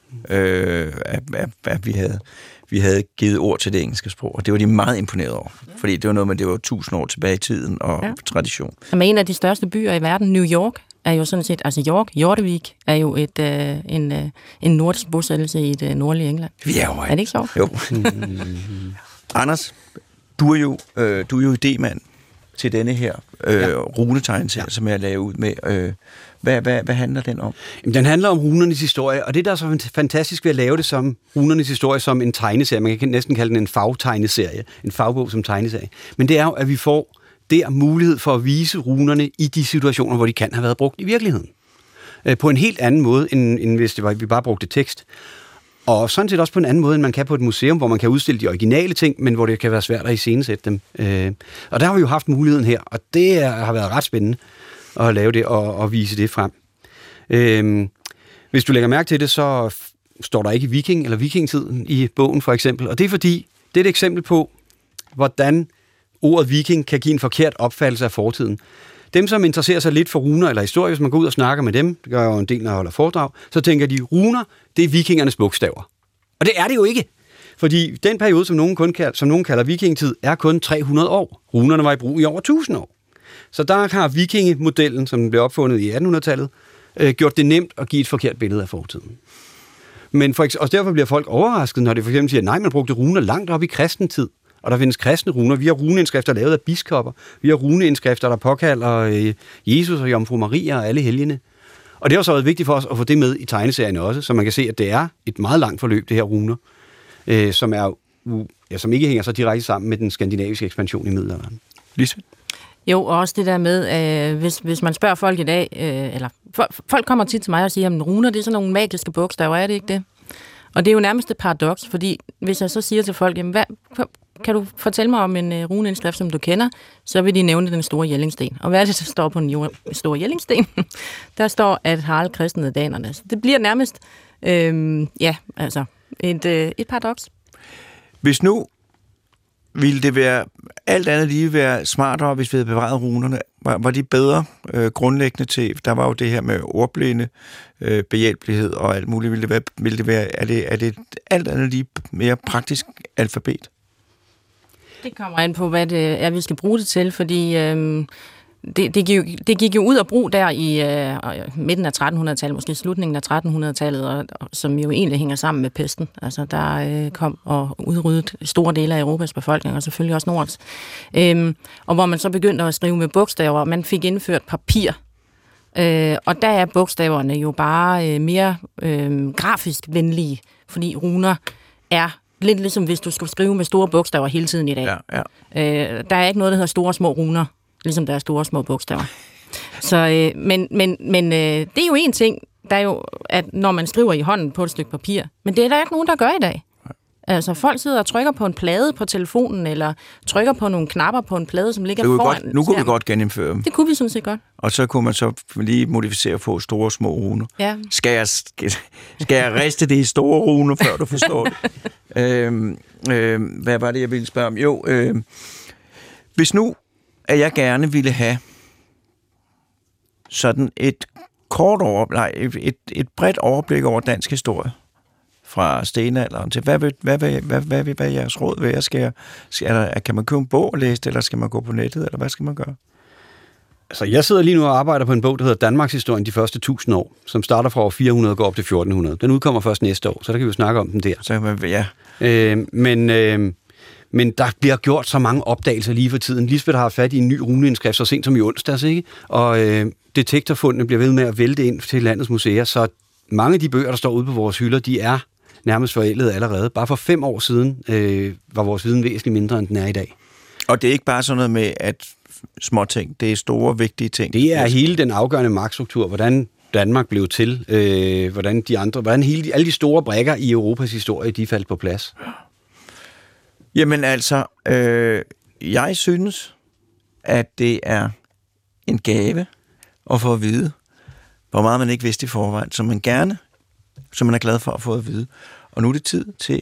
At vi havde givet ord til det engelske sprog, og det var de meget imponeret over. Fordi det var noget med, det var 1000 år tilbage i tiden og tradition. Som en af de største byer i verden, New York, er jo sådan set, altså Hjortevik er jo en nordisk bosættelse i det nordlige England. Ja, er det ikke sjovt? Jo. Anders, du er jo idémand til denne her runetegneserie, som jeg lavede ud med. Hvad handler den om? Jamen, den handler om runernes historie, og det der er så fantastisk ved at lave det som runernes historie som en tegneserie, man kan næsten kalde den en fagtegneserie, en fagbog som tegneserie, men det er jo, at vi får der mulighed for at vise runerne i de situationer, hvor de kan have været brugt i virkeligheden. På en helt anden måde, end hvis vi bare brugte tekst. Og sådan set også på en anden måde, end man kan på et museum, hvor man kan udstille de originale ting, men hvor det kan være svært at iscenesætte dem. Og der har vi jo haft muligheden her, og det har været ret spændende at lave det og vise det frem. Hvis du lægger mærke til det, så står der ikke viking eller vikingtiden i bogen for eksempel, og det er fordi, det er et eksempel på, hvordan ordet viking kan give en forkert opfattelse af fortiden. Dem, som interesserer sig lidt for runer eller historie, hvis man går ud og snakker med dem, det gør jeg jo en del, når jeg holder foredrag, så tænker de, runer, det er vikingernes bogstaver. Og det er det jo ikke. Fordi den periode, som nogen kalder vikingtid, er kun 300 år. Runerne var i brug i over 1000 år. Så der har vikingemodellen, som blev opfundet i 1800-tallet, gjort det nemt at give et forkert billede af fortiden. Men og derfor bliver folk overrasket, når det for eksempel siger, nej, man brugte runer langt op i kristentid, og der findes kristne runer. Vi har runeindskrifter lavet af biskopper. Vi har runeindskrifter, der påkalder Jesus og Jomfru Maria og alle helgene. Og det har så været vigtigt for os at få det med i tegneserien også, så man kan se, at det er et meget langt forløb, det her runer, som ikke hænger så direkte sammen med den skandinaviske ekspansion i middelalderen. Lise? Jo, og også det der med, hvis man spørger folk i dag, eller folk kommer tit til mig og siger, at runer, det er sådan nogle magiske bogstaver, er det ikke det? Og det er jo nærmest et paradoks, fordi hvis jeg så siger til folk, jamen, kan du fortælle mig om en runeindskrift, som du kender, så vil de nævne den store Jellingsten. Og hvad er det, der står på den store Jellingsten? Der står, at Harald kristnede danerne. Så det bliver nærmest et paradoks. Hvis nu ville det være alt andet lige være smartere, hvis vi havde bevaret runerne? Var de bedre grundlæggende til? Der var jo det her med ordblinde, behjælpelighed og alt muligt. Er det alt andet lige mere praktisk alfabet? Det kommer an på, hvad det er, vi skal bruge det til, fordi det gik jo ud af brug der i midten af 1300-tallet, måske slutningen af 1300-tallet, og som jo egentlig hænger sammen med pesten. Altså, der kom og udryddede store dele af Europas befolkning, og selvfølgelig også Nordens. Og hvor man så begyndte at skrive med bogstaver, og man fik indført papir. Og der er bogstaverne jo bare mere grafisk venlige, fordi runer er lidt ligesom hvis du skal skrive med store bogstaver hele tiden i dag. Ja. Der er ikke noget, der hedder store små runer, ligesom der er store små bogstaver. Så, men det er jo en ting, der er jo, at når man skriver i hånden på et stykke papir, men det er der ikke nogen, der gør i dag. Altså, folk sidder og trykker på en plade på telefonen, eller trykker på nogle knapper på en plade, som ligger foran. Nu kunne vi godt genindføre dem. Det kunne vi sådan set godt. Og så kunne man så lige modificere på store små runer. Ja. Skal jeg riste det i store runer, før du forstår det? Hvad var det, jeg ville spørge om? Jo, hvis nu, at jeg gerne ville have sådan et bredt overblik over dansk historie, fra stenalderen til, hvad vil jeres råd være? Kan man købe en bog og læse det, eller skal man gå på nettet, eller hvad skal man gøre? Altså, jeg sidder lige nu og arbejder på en bog, der hedder Danmarks historien de første 1000 år, som starter fra år 400 og går op til 1400. Den udkommer først næste år, så der kan vi jo snakke om den der. Så man, ja. Men der bliver gjort så mange opdagelser lige for tiden. Lisbeth har haft fat i en ny runeindskrift så sent som i onsdags, ikke? Og detektorfundene bliver ved med at vælte ind til landets museer, så mange af de bøger, der står ude på vores hylder, de er nærmest forældet allerede. Bare for 5 år siden var vores viden væsentligt mindre, end den er i dag. Og det er ikke bare sådan noget med, at små ting, det er store, vigtige ting. Det er hele den afgørende magtstruktur, hvordan Danmark blev til, hvordan alle de store brækker i Europas historie, de faldt på plads. Jamen altså, jeg synes, at det er en gave at få at vide, hvor meget man ikke vidste i forvejen, som man er glad for at få at vide. Og nu er det tid til...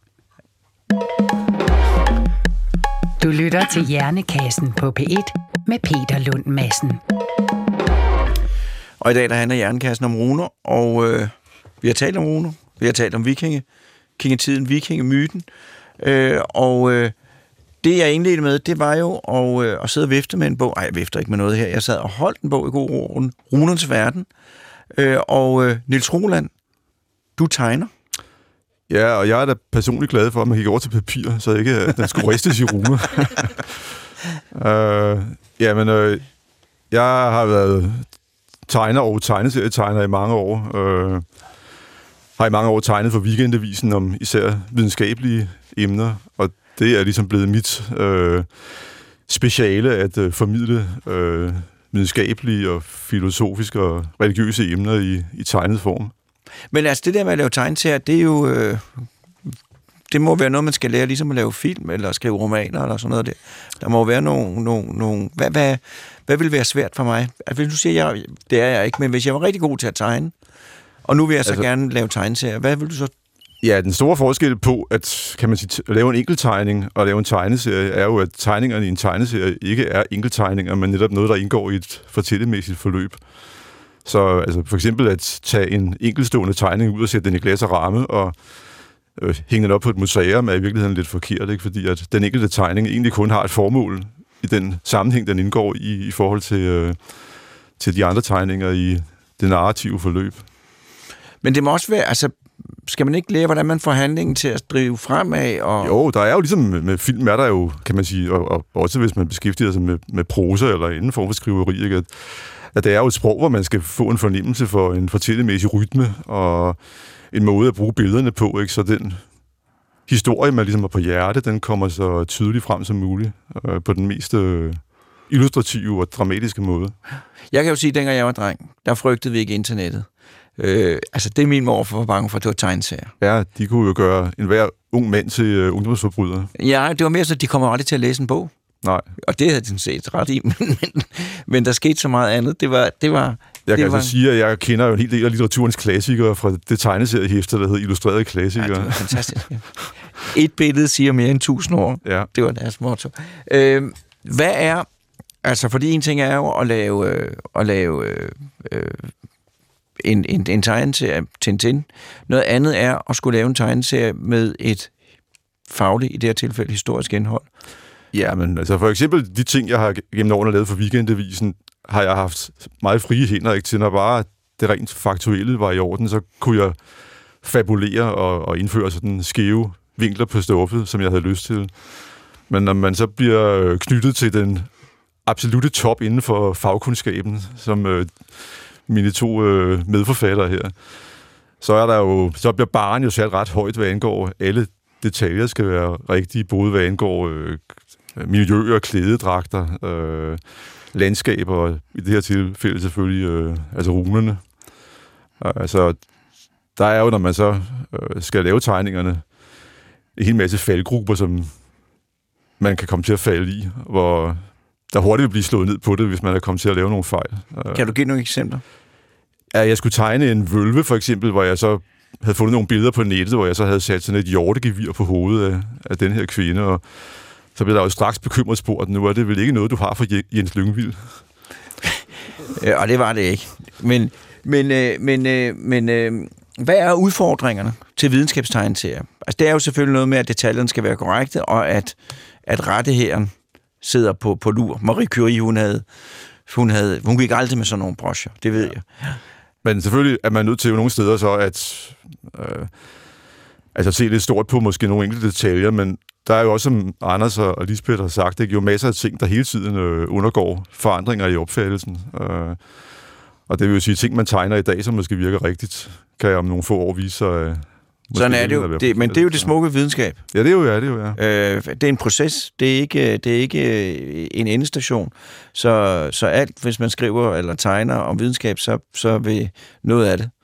Du lytter til Hjernekassen på P1 med Peter Lund Madsen. Og i dag der handler Hjernekassen om runer, og vi har talt om runer, vi har talt om vikingetiden, vikingemyten, og det jeg indledte med, det var jo at sidde og vifte med en bog. Ej, jeg vifter ikke med noget her. Jeg sad og holdt en bog i god ro, Runernes Verden, og Niels Roland, du tegner. Ja, og jeg er da personligt glad for, at man gik over til papir, så ikke at den skulle ristes i runer. Jeg har været tegner og tegneserietegner i mange år. Har i mange år tegnet for Weekendavisen om især videnskabelige emner, og det er ligesom blevet mit speciale at formidle videnskabelige og filosofiske og religiøse emner i tegnet form. Men altså, det der med at lave tegneserier, det er jo... det må være noget, man skal lære, ligesom at lave film, eller skrive romaner, eller sådan noget der. Der må være nogle hvad vil være svært for mig? Altså, hvis du siger, det er jeg ikke, men hvis jeg var rigtig god til at tegne, og nu vil jeg så gerne lave tegneserier, hvad vil du så... Ja, den store forskel på, at kan man sige, lave en enkelttegning og lave en tegneserie, er jo, at tegningerne i en tegneserie ikke er enkelttegninger, men netop noget, der indgår i et fortællemæssigt forløb. Så altså, for eksempel at tage en enkeltstående tegning ud og sætte den i glas og ramme og hænge den op på et museum er i virkeligheden lidt forkert, ikke? Fordi at den enkelte tegning egentlig kun har et formål i den sammenhæng, den indgår i forhold til de andre tegninger i det narrative forløb. Men det må også være, altså, skal man ikke lære, hvordan man får handlingen til at drive fremad? Og... Jo, der er jo ligesom med film, er der jo, kan man sige, og også hvis man beskæftiger sig med prosa eller anden form for skriveri, ikke, at det er jo et sprog, hvor man skal få en fornemmelse for en fortællemæssig rytme og en måde at bruge billederne på, ikke? Så den historie, man ligesom er på hjerte, den kommer så tydeligt frem som muligt på den mest illustrative og dramatiske måde. Jeg kan jo sige, at dengang jeg var dreng, der frygtede vi ikke internettet. Altså, det er min mor for bange for, at det var tegneserier. Ja, de kunne jo gøre enhver ung mand til ungdomsforbryder. Ja, det var mere så, at de kommer aldrig til at læse en bog. Nej. Og det havde de set ret i, men der skete så meget andet. Jeg kan altså sige, at jeg kender jo en hel del af litteraturens klassikere fra det tegneseriehæfter, der hedder Illustrerede Klassikere. Ja, det var fantastisk. Et billede siger mere end 1000 år. Ja. Det var deres motto. Hvad er... Altså, fordi en ting er jo at lave en tegneserie, Tintin. Noget andet er at skulle lave en tegneserie med et fagligt, i det her tilfælde, historisk indhold. Ja, men altså for eksempel de ting, jeg har gennem årene lavet for Weekendavisen, har jeg haft meget frie hænder, ikke, til når bare det rent faktuelle var i orden, så kunne jeg fabulere og indføre sådan skæve vinkler på stoffet, som jeg havde lyst til. Men når man så bliver knyttet til den absolutte top inden for fagkundskaben, som mine to medforfattere her, så bliver barren jo sat ret højt, hvad angår alle detaljer skal være rigtige, både hvad angår miljøer, klædedragter, landskaber, og i det her tilfælde selvfølgelig altså runerne. Altså, der er jo, når man så skal lave tegningerne, en hel masse faldgrupper, som man kan komme til at falde i, hvor der hurtigt vil blive slået ned på det, hvis man er kommet til at lave nogle fejl. Kan du give nogle eksempler? Ja, jeg skulle tegne en vølve, for eksempel, hvor jeg så havde fundet nogle billeder på nettet, hvor jeg så havde sat sådan et hjortegevir på hovedet af den her kvinde, og så blev der jo straks bekymret spurgt, nu er det vel ikke noget, du har for Jens Lyngvild? Og det var det ikke. Men hvad er udfordringerne til videnskabstegneserier? Altså, det er jo selvfølgelig noget med, at detaljerne skal være korrekte, og at rettigheden sidder på lur. Marie Curie, hun gik aldrig med sådan nogle broscher, det ved jeg. Men selvfølgelig er man nødt til jo nogle steder så at se lidt stort på måske nogle enkelte detaljer, men der er jo også, som Anders og Lisbeth har sagt, jo masser af ting, der hele tiden undergår forandringer i opfattelsen. Og det vil jo sige, ting, man tegner i dag, som måske virker rigtigt, kan om nogle få år vise sig... Sådan er det jo. Men det er jo det smukke videnskab. Ja, det er jo, det er en proces. Det er ikke en endestation. Så alt, hvis man skriver eller tegner om videnskab, så vil noget af det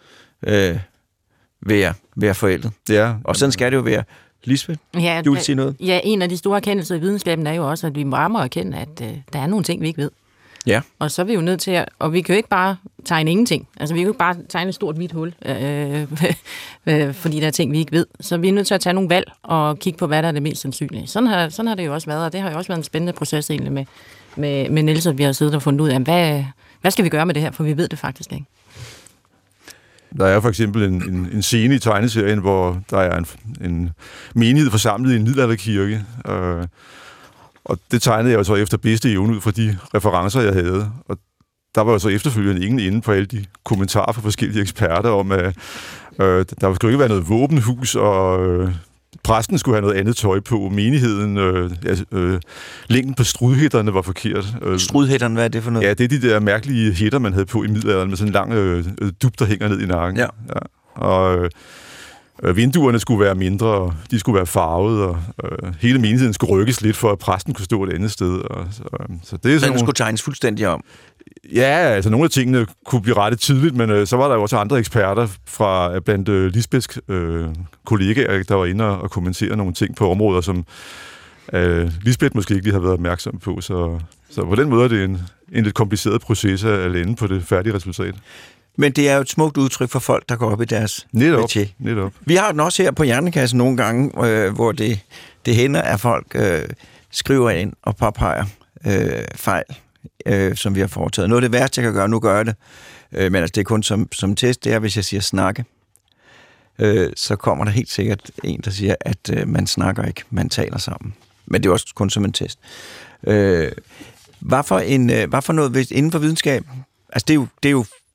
være forældet. Ja. Og sådan skal det jo være. Lisbeth, du vil sige noget? Ja, en af de store erkendelser i videnskaben er jo også, at vi må erkende, at der er nogle ting, vi ikke ved. Ja. Og så er vi jo nødt til at... Og vi kan jo ikke bare tegne ingenting. Altså, vi kan jo ikke bare tegne et stort hvidt hul, fordi der er ting, vi ikke ved. Så vi er nødt til at tage nogle valg og kigge på, hvad der er det mest sandsynlige. Sådan har det jo også været, og det har jo også været en spændende proces egentlig med Niels, at vi har siddet og fundet ud af, hvad skal vi gøre med det her, for vi ved det faktisk ikke. Der er for eksempel en scene i tegneserien, hvor der er en menighed forsamlet i en middelalderkirke, og det tegnede jeg jo så efter bedste evne ud fra de referencer, jeg havde. Og der var jo så efterfølgende ingen inde på alle de kommentarer fra forskellige eksperter om, at der skulle ikke være noget våbenhus, og præsten skulle have noget andet tøj på. Menigheden, længden på strudhætterne var forkert. Strudhætterne, hvad er det for noget? Ja, det er de der mærkelige hætter, man havde på i middelalderen, med sådan en lang dub, der hænger ned i nakken. Ja. Og vinduerne skulle være mindre, og de skulle være farvede, og hele menigheden skulle rykkes lidt, for at præsten kunne stå et andet sted. Så det er sådan skulle tegnes fuldstændig om? Ja, altså nogle af tingene kunne blive rettet tidligt, men så var der jo også andre eksperter fra blandt Lisbeths kollegaer, der var inde og kommentere nogle ting på områder, som Lisbeth måske ikke lige har været opmærksom på. Så på den måde er det en lidt kompliceret proces at lande på det færdige resultat. Men det er jo et smukt udtryk for folk, der går op i deres métier. Netop. Vi har den også her på Hjernekassen nogle gange, hvor det hænder, at folk skriver ind og påpeger fejl, som vi har foretaget. Noget af det værste, jeg kan gøre, nu gør jeg det. Men altså, det er kun som test, det er, hvis jeg siger snakke. Så kommer der helt sikkert en, der siger, at man snakker ikke, man taler sammen. Men det er også kun som en test. Hvad for noget inden for videnskab? Altså, det er jo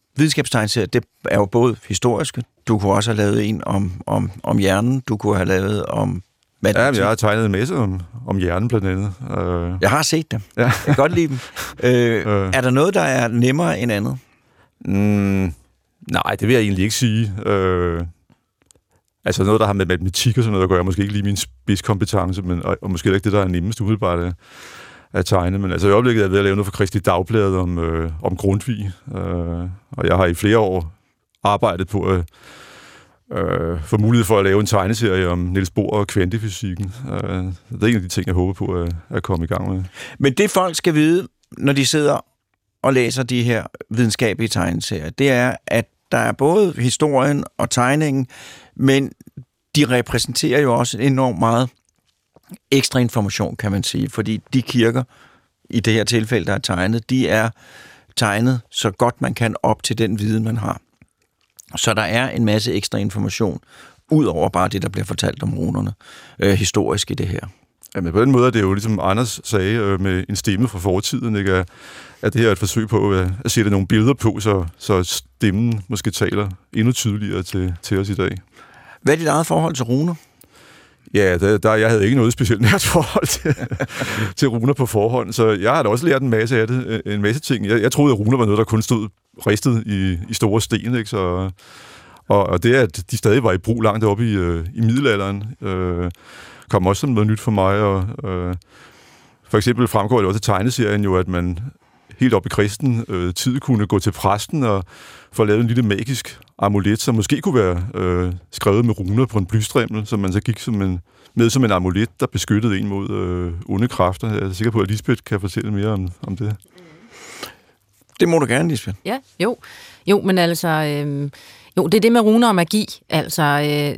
videnskabstegneserier, det er jo både historiske. Du kunne også have lavet en om hjernen. Du kunne have lavet om matematik. Ja, jeg har tegnet en masse om hjernen blandt andet. Jeg har set dem. Ja. Jeg kan godt lide dem. Er der noget, der er nemmere end andet? Nej, det vil jeg egentlig ikke sige. Altså noget, der har med matematik og sådan noget at gøre, måske ikke lige min spidskompetence, men, og måske ikke det, der er nemmest umiddelbart at tegne. Men altså i øjeblikket er jeg ved at lave noget for Kristeligt Dagblad om Grundtvig, og jeg har i flere år arbejdet på at få mulighed for at lave en tegneserie om Niels Bohr og kvantefysikken. Det er en af de ting, jeg håber på at komme i gang med. Men det folk skal vide, når de sidder og læser de her videnskabelige tegneserier, det er, at der er både historien og tegningen, men de repræsenterer jo også enormt meget ekstra information, kan man sige, fordi de kirker, i det her tilfælde, der er tegnet, de er tegnet så godt man kan op til den viden, man har. Så der er en masse ekstra information, ud over bare det, der bliver fortalt om runerne, historisk i det her. Jamen på den måde er det jo, ligesom Anders sagde, med en stemme fra fortiden, ikke? At det her er et forsøg på at sætte nogle billeder på, så stemmen måske taler endnu tydeligere til os i dag. Hvad er dit eget forhold til runer? Ja, jeg havde ikke noget specielt nært forhold til runer på forhånd, så jeg har da også lært en masse af det, en masse ting. Jeg troede, at runer var noget, der kun stod ristet i store sten, ikke? Så, og det, at de stadig var i brug langt oppe i middelalderen, kom også som noget nyt for mig. Og for eksempel fremgår det også af tegneserien jo, at man helt op i kristen tid kunne gå til præsten og få lavet en lille magisk amulet, som måske kunne være skrevet med runer på en blystrimmel, som man så gik med som en amulet, der beskyttede en mod onde kræfter. Jeg er sikker på, at Lisbeth kan fortælle mere om det. Det må du gerne, Lisbeth. Ja, jo, men altså, jo, det er det med runer og magi. Altså,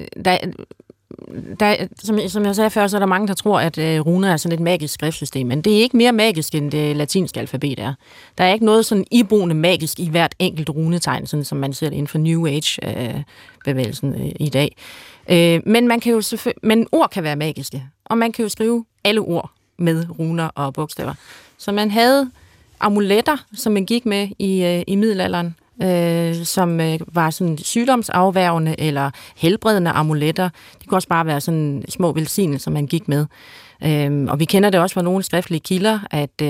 som jeg sagde før, så er der mange, der tror, at runer er sådan et magisk skriftsystem, men det er ikke mere magisk, end det latinske alfabet er. Der er ikke noget sådan iboende magisk i hvert enkelt runetegn, sådan som man ser det inden for New Age-bevægelsen i dag. Men ord kan være magiske, og man kan jo skrive alle ord med runer og bogstaver. Så man havde amuletter, som man gik med i middelalderen, som var sådan sygdomsafværgende eller helbredende amuletter. Det kunne også bare være sådan små velsignelser, man gik med. Og vi kender det også fra nogle skriftlige kilder, at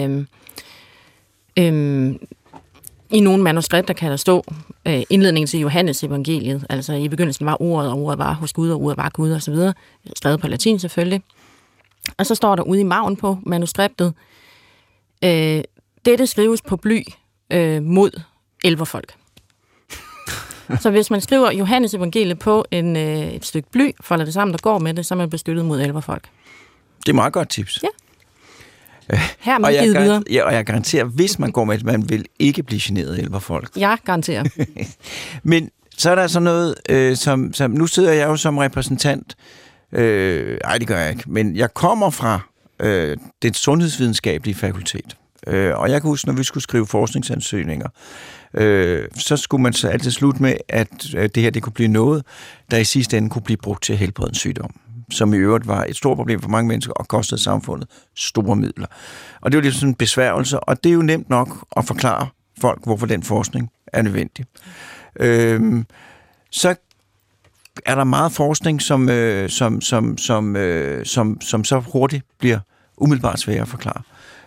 i nogle manuskripter kan der stå indledningen til Johannes evangeliet. Altså i begyndelsen var ordet, og ordet var hos Gud, og ordet var Gud osv. Skrevet på latin selvfølgelig. Og så står der ude i margen på manuskriptet, dette skrives på bly mod elverfolk. Så hvis man skriver Johannes evangeliet på et stykke bly, folder det sammen, der går med det, så er man beskyttet mod elverfolk. Det er meget godt tips. Ja. Her er man givet videre. Ja, og jeg garanterer, hvis man går med det, man vil ikke blive generet af elverfolk. Jeg garanterer. Men så er der sådan noget, som nu sidder jeg jo som repræsentant. Det gør jeg ikke. Men jeg kommer fra det sundhedsvidenskabelige fakultet. Og jeg kan huske, når vi skulle skrive forskningsansøgninger, så skulle man så altid slutte med, at det her det kunne blive noget, der i sidste ende kunne blive brugt til at helbrede en sygdom, som i øvrigt var et stort problem for mange mennesker og kostede samfundet store midler. Og det var lidt sådan en besværgelse, og det er jo nemt nok at forklare folk, hvorfor den forskning er nødvendig. Så er der meget forskning, som så hurtigt bliver umiddelbart svær at forklare.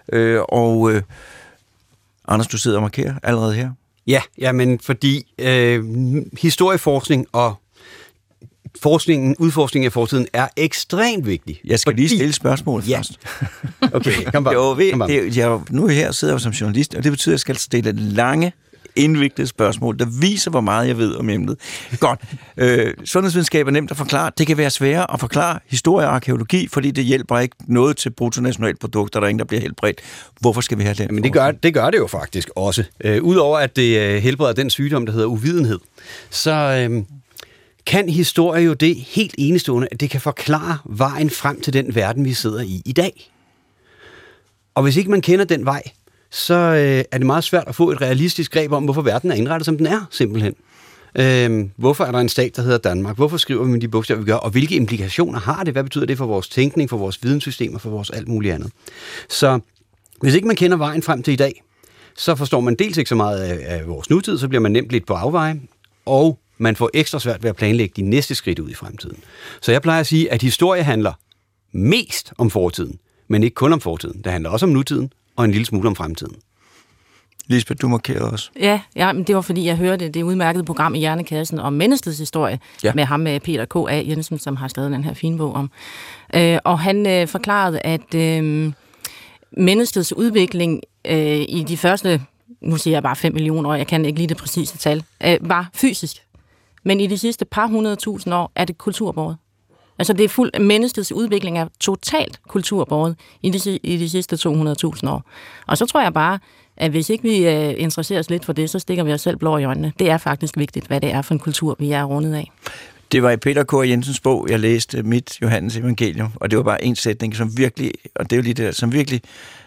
Anders, du sidder og markerer allerede her. Ja, men fordi historieforskning og udforskningen af fortiden er ekstremt vigtig. Jeg skal lige stille spørgsmålet først. Okay, kom bare. Nu her sidder jeg som journalist, og det betyder, at jeg skal stille lange, indviklede spørgsmål, der viser, hvor meget jeg ved om emnet. Godt. Sundhedsvidenskab er nemt at forklare. Det kan være sværere at forklare historie og arkeologi, fordi det hjælper ikke noget til bruttonationalprodukter, der er ingen, der bliver helbredt. Hvorfor skal vi have den? Men det gør det jo faktisk også. Udover at det helbreder den sygdom, der hedder uvidenhed, så kan historie jo det helt enestående, at det kan forklare vejen frem til den verden, vi sidder i dag. Og hvis ikke man kender den vej, så er det meget svært at få et realistisk greb om, hvorfor verden er indrettet, som den er, simpelthen. Hvorfor er der en stat, der hedder Danmark? Hvorfor skriver vi de bogstaver, vi gør? Og hvilke implikationer har det? Hvad betyder det for vores tænkning, for vores videnssystemer, for vores alt muligt andet? Så hvis ikke man kender vejen frem til i dag, så forstår man dels ikke så meget af vores nutid, så bliver man nemt lidt på afveje, og man får ekstra svært ved at planlægge de næste skridt ud i fremtiden. Så jeg plejer at sige, at historie handler mest om fortiden, men ikke kun om fortiden. Det handler også om nutiden, og en lille smule om fremtiden. Lisbeth, du markerede også. Ja, men det var fordi, jeg hørte det udmærkede program i Hjernekassen om menneskets historie, med ham med Peter K.A. Jensen, som har skrevet den her fine bog om. Og han forklarede, at menneskets udvikling i de første, nu siger jeg bare 5 millioner år, jeg kan ikke lige det præcise tal, var fysisk. Men i de sidste par 100.000 år er det kulturbåret. Altså det er fuldt, menneskets udvikling er totalt kulturbåret i de sidste 200.000 år. Og så tror jeg bare, at hvis ikke vi interesserer os lidt for det, så stikker vi os selv blå i øjnene. Det er faktisk vigtigt, hvad det er for en kultur, vi er rundet af. Det var i Peter K. Jensens bog, jeg læste mit Johannes Evangelium, og det var bare en sætning, som virkelig, og det er jo lige det der, som virkelig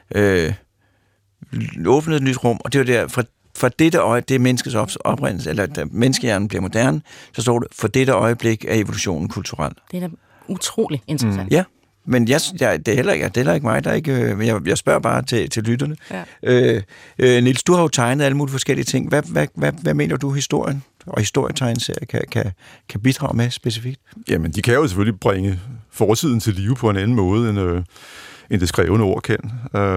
åbnede et nyt rum, og det var der, fra dette øjeblik, det er menneskets oprindelse, eller da menneskehjernen bliver moderne, så står det, for dette øjeblik er evolutionen kulturel. Det er da utrolig interessant. Ja, men det er heller ikke mig, der ikke. Jeg spørger bare til lytterne. Ja. Niels, du har jo tegnet alle mulige forskellige ting. Hvad mener du, historien og historietegneserier kan bidrage med specifikt? Jamen, de kan jo selvfølgelig bringe fortiden til live på en anden måde, end det skrevne ord kan.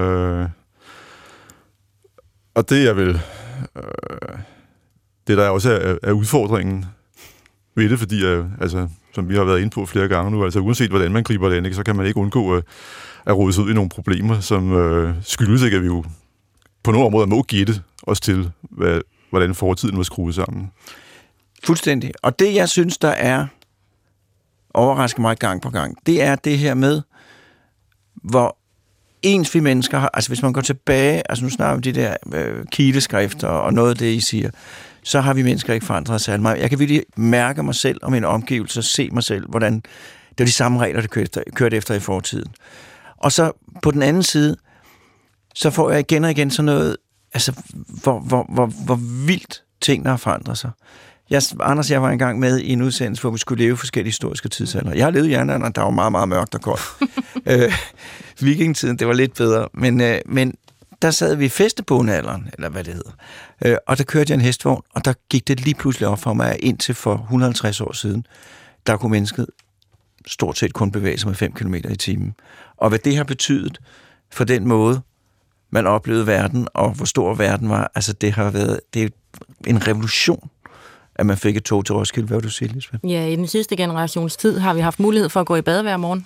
Og det er vel det, der også er udfordringen ved det, fordi altså, som vi har været inde på flere gange nu, altså uanset hvordan man griber det an, så kan man ikke undgå at rode sig ud i nogle problemer, som skyldes ikke, at vi jo på nogle områder må gætte os til, hvordan fortiden var skruet sammen. Fuldstændig. Og det, jeg synes, der er overrasker mig gang på gang, det er det her med, hvor ens vi mennesker har, altså hvis man går tilbage, altså nu snakker vi de der kileskrifter og noget af det, I siger, så har vi mennesker ikke forandret os særlig meget. Jeg kan virkelig mærke mig selv og min omgivelse og se mig selv, hvordan det var de samme regler, der kørte efter i fortiden. Og så på den anden side, så får jeg igen og igen sådan noget, altså hvor vildt tingene har forandret sig. Anders og jeg var engang med i en udsendelse, hvor vi skulle leve forskellige historiske tidsalder. Jeg har levet i jernalderen, der var meget, meget mørkt og koldt. Vikingetiden, det var lidt bedre. Men der sad vi i festebåndalderen, eller hvad det hedder. Og der kørte jeg en hestvogn, og der gik det lige pludselig op for mig, at indtil for 150 år siden, der kunne mennesket stort set kun bevæge sig med 5 km i timen. Og hvad det har betydet for den måde, man oplevede verden, og hvor stor verden var, altså det er en revolution, at man fik et tog til Roskilde. Hvad vil du sige, Lisbeth? Ja, i den sidste generations tid har vi haft mulighed for at gå i bad hver morgen.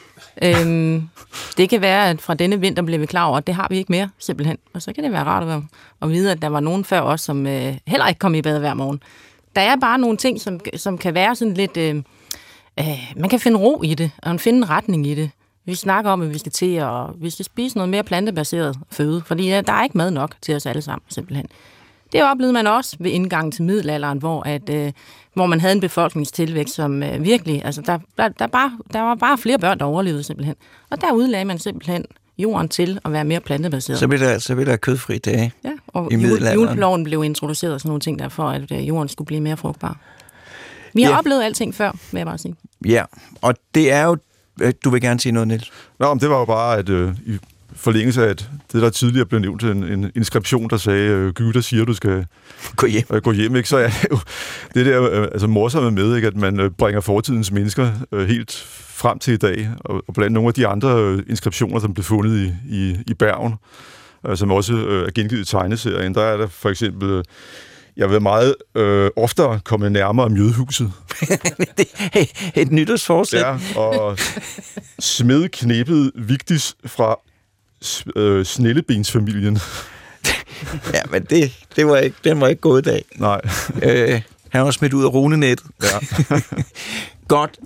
Det kan være, at fra denne vinter blev vi klar over, at det har vi ikke mere, simpelthen. Og så kan det være rart at vide, at der var nogen før os, som heller ikke kom i bad hver morgen. Der er bare nogle ting, som kan være sådan lidt... man kan finde ro i det, og finde en retning i det. Vi snakker om, at vi skal spise noget mere plantebaseret føde, fordi der er ikke mad nok til os alle sammen, simpelthen. Det oplevede man også ved indgangen til middelalderen, hvor man havde en befolkningstilvækst, som virkelig, altså der var bare flere børn, der overlevede simpelthen. Og der udlagde man simpelthen jorden til at være mere plantebaseret. Så blev der kødfri dage, ja, og i middelalderen. Juleloven blev introduceret og sådan nogle ting der, for at jorden skulle blive mere frugtbar. Vi har oplevet alting før, vil jeg bare sige. Ja, og det er jo... Du vil gerne sige noget, Niels? Nå, men det var jo bare, at i forlængelse af det, der tidligere blev nævnt en inskription, der sagde, Gud, der siger, du skal gå hjem, ikke? Så er det jo det der altså morsomme med, ikke? At man bringer fortidens mennesker helt frem til i dag, og blandt nogle af de andre inskriptioner, som blev fundet i Bergen, som også er gengivet i tegneserien, der er der for eksempel... Jeg vil meget oftere komme nærmere Mjødhuset. Et nytårsforsæt. Ja, og smedknæppet Vigdis fra Snellebensfamilien. Ja, men den var ikke gået i dag. Nej. Han var smidt ud af runenettet. Ja. Godt.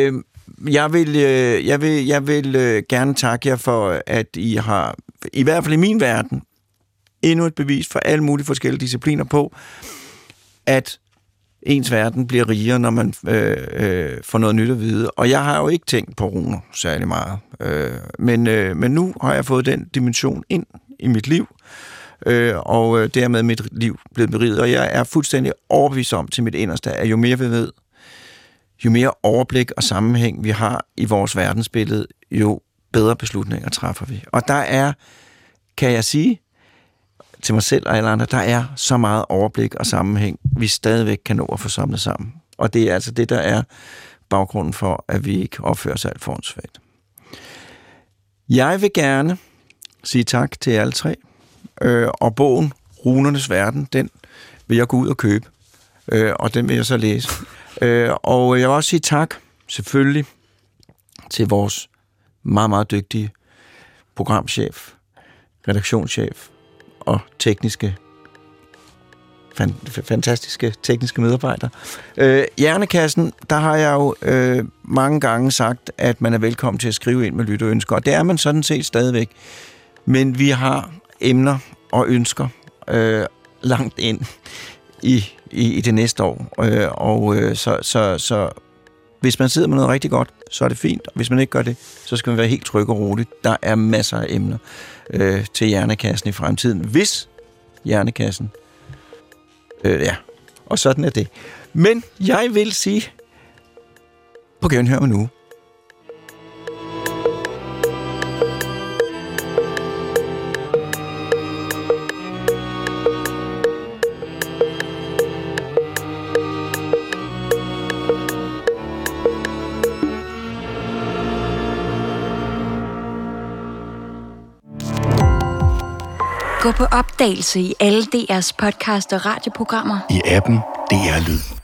Jeg vil gerne takke jer for, at I har, i hvert fald i min verden, endnu et bevis for alle mulige forskellige discipliner på, at ens verden bliver rigere, når man får noget nyt at vide. Og jeg har jo ikke tænkt på runer særlig meget. Men nu har jeg fået den dimension ind i mit liv, og dermed mit liv blevet beriget. Og jeg er fuldstændig overbevist om til mit inderste, at jo mere vi ved, jo mere overblik og sammenhæng vi har i vores verdensbillede, jo bedre beslutninger træffer vi. Og der er, kan jeg sige, til mig selv og alle andre, der er så meget overblik og sammenhæng, vi stadigvæk kan nå at få samlet sammen. Og det er altså det, der er baggrunden for, at vi ikke opfører os alt for åndssvagt. Jeg vil gerne sige tak til alle tre, og bogen Runernes Verden, den vil jeg gå ud og købe, og den vil jeg så læse. Og jeg vil også sige tak, selvfølgelig, til vores meget, meget dygtige programchef, redaktionschef og fantastiske tekniske medarbejdere. Hjernekassen, der har jeg jo mange gange sagt, at man er velkommen til at skrive ind med lytterønsker, og det er man sådan set stadigvæk. Men vi har emner og ønsker langt ind i det næste år. Så hvis man sidder med noget rigtig godt, så er det fint. Og hvis man ikke gør det, så skal man være helt tryg og rolig. Der er masser af emner til Hjernekassen i fremtiden. Hvis Hjernekassen... og sådan er det. Men jeg vil sige... På genhør med nu. Gå på opdagelse i alle DR's podcast og radioprogrammer. I appen DR Lyd.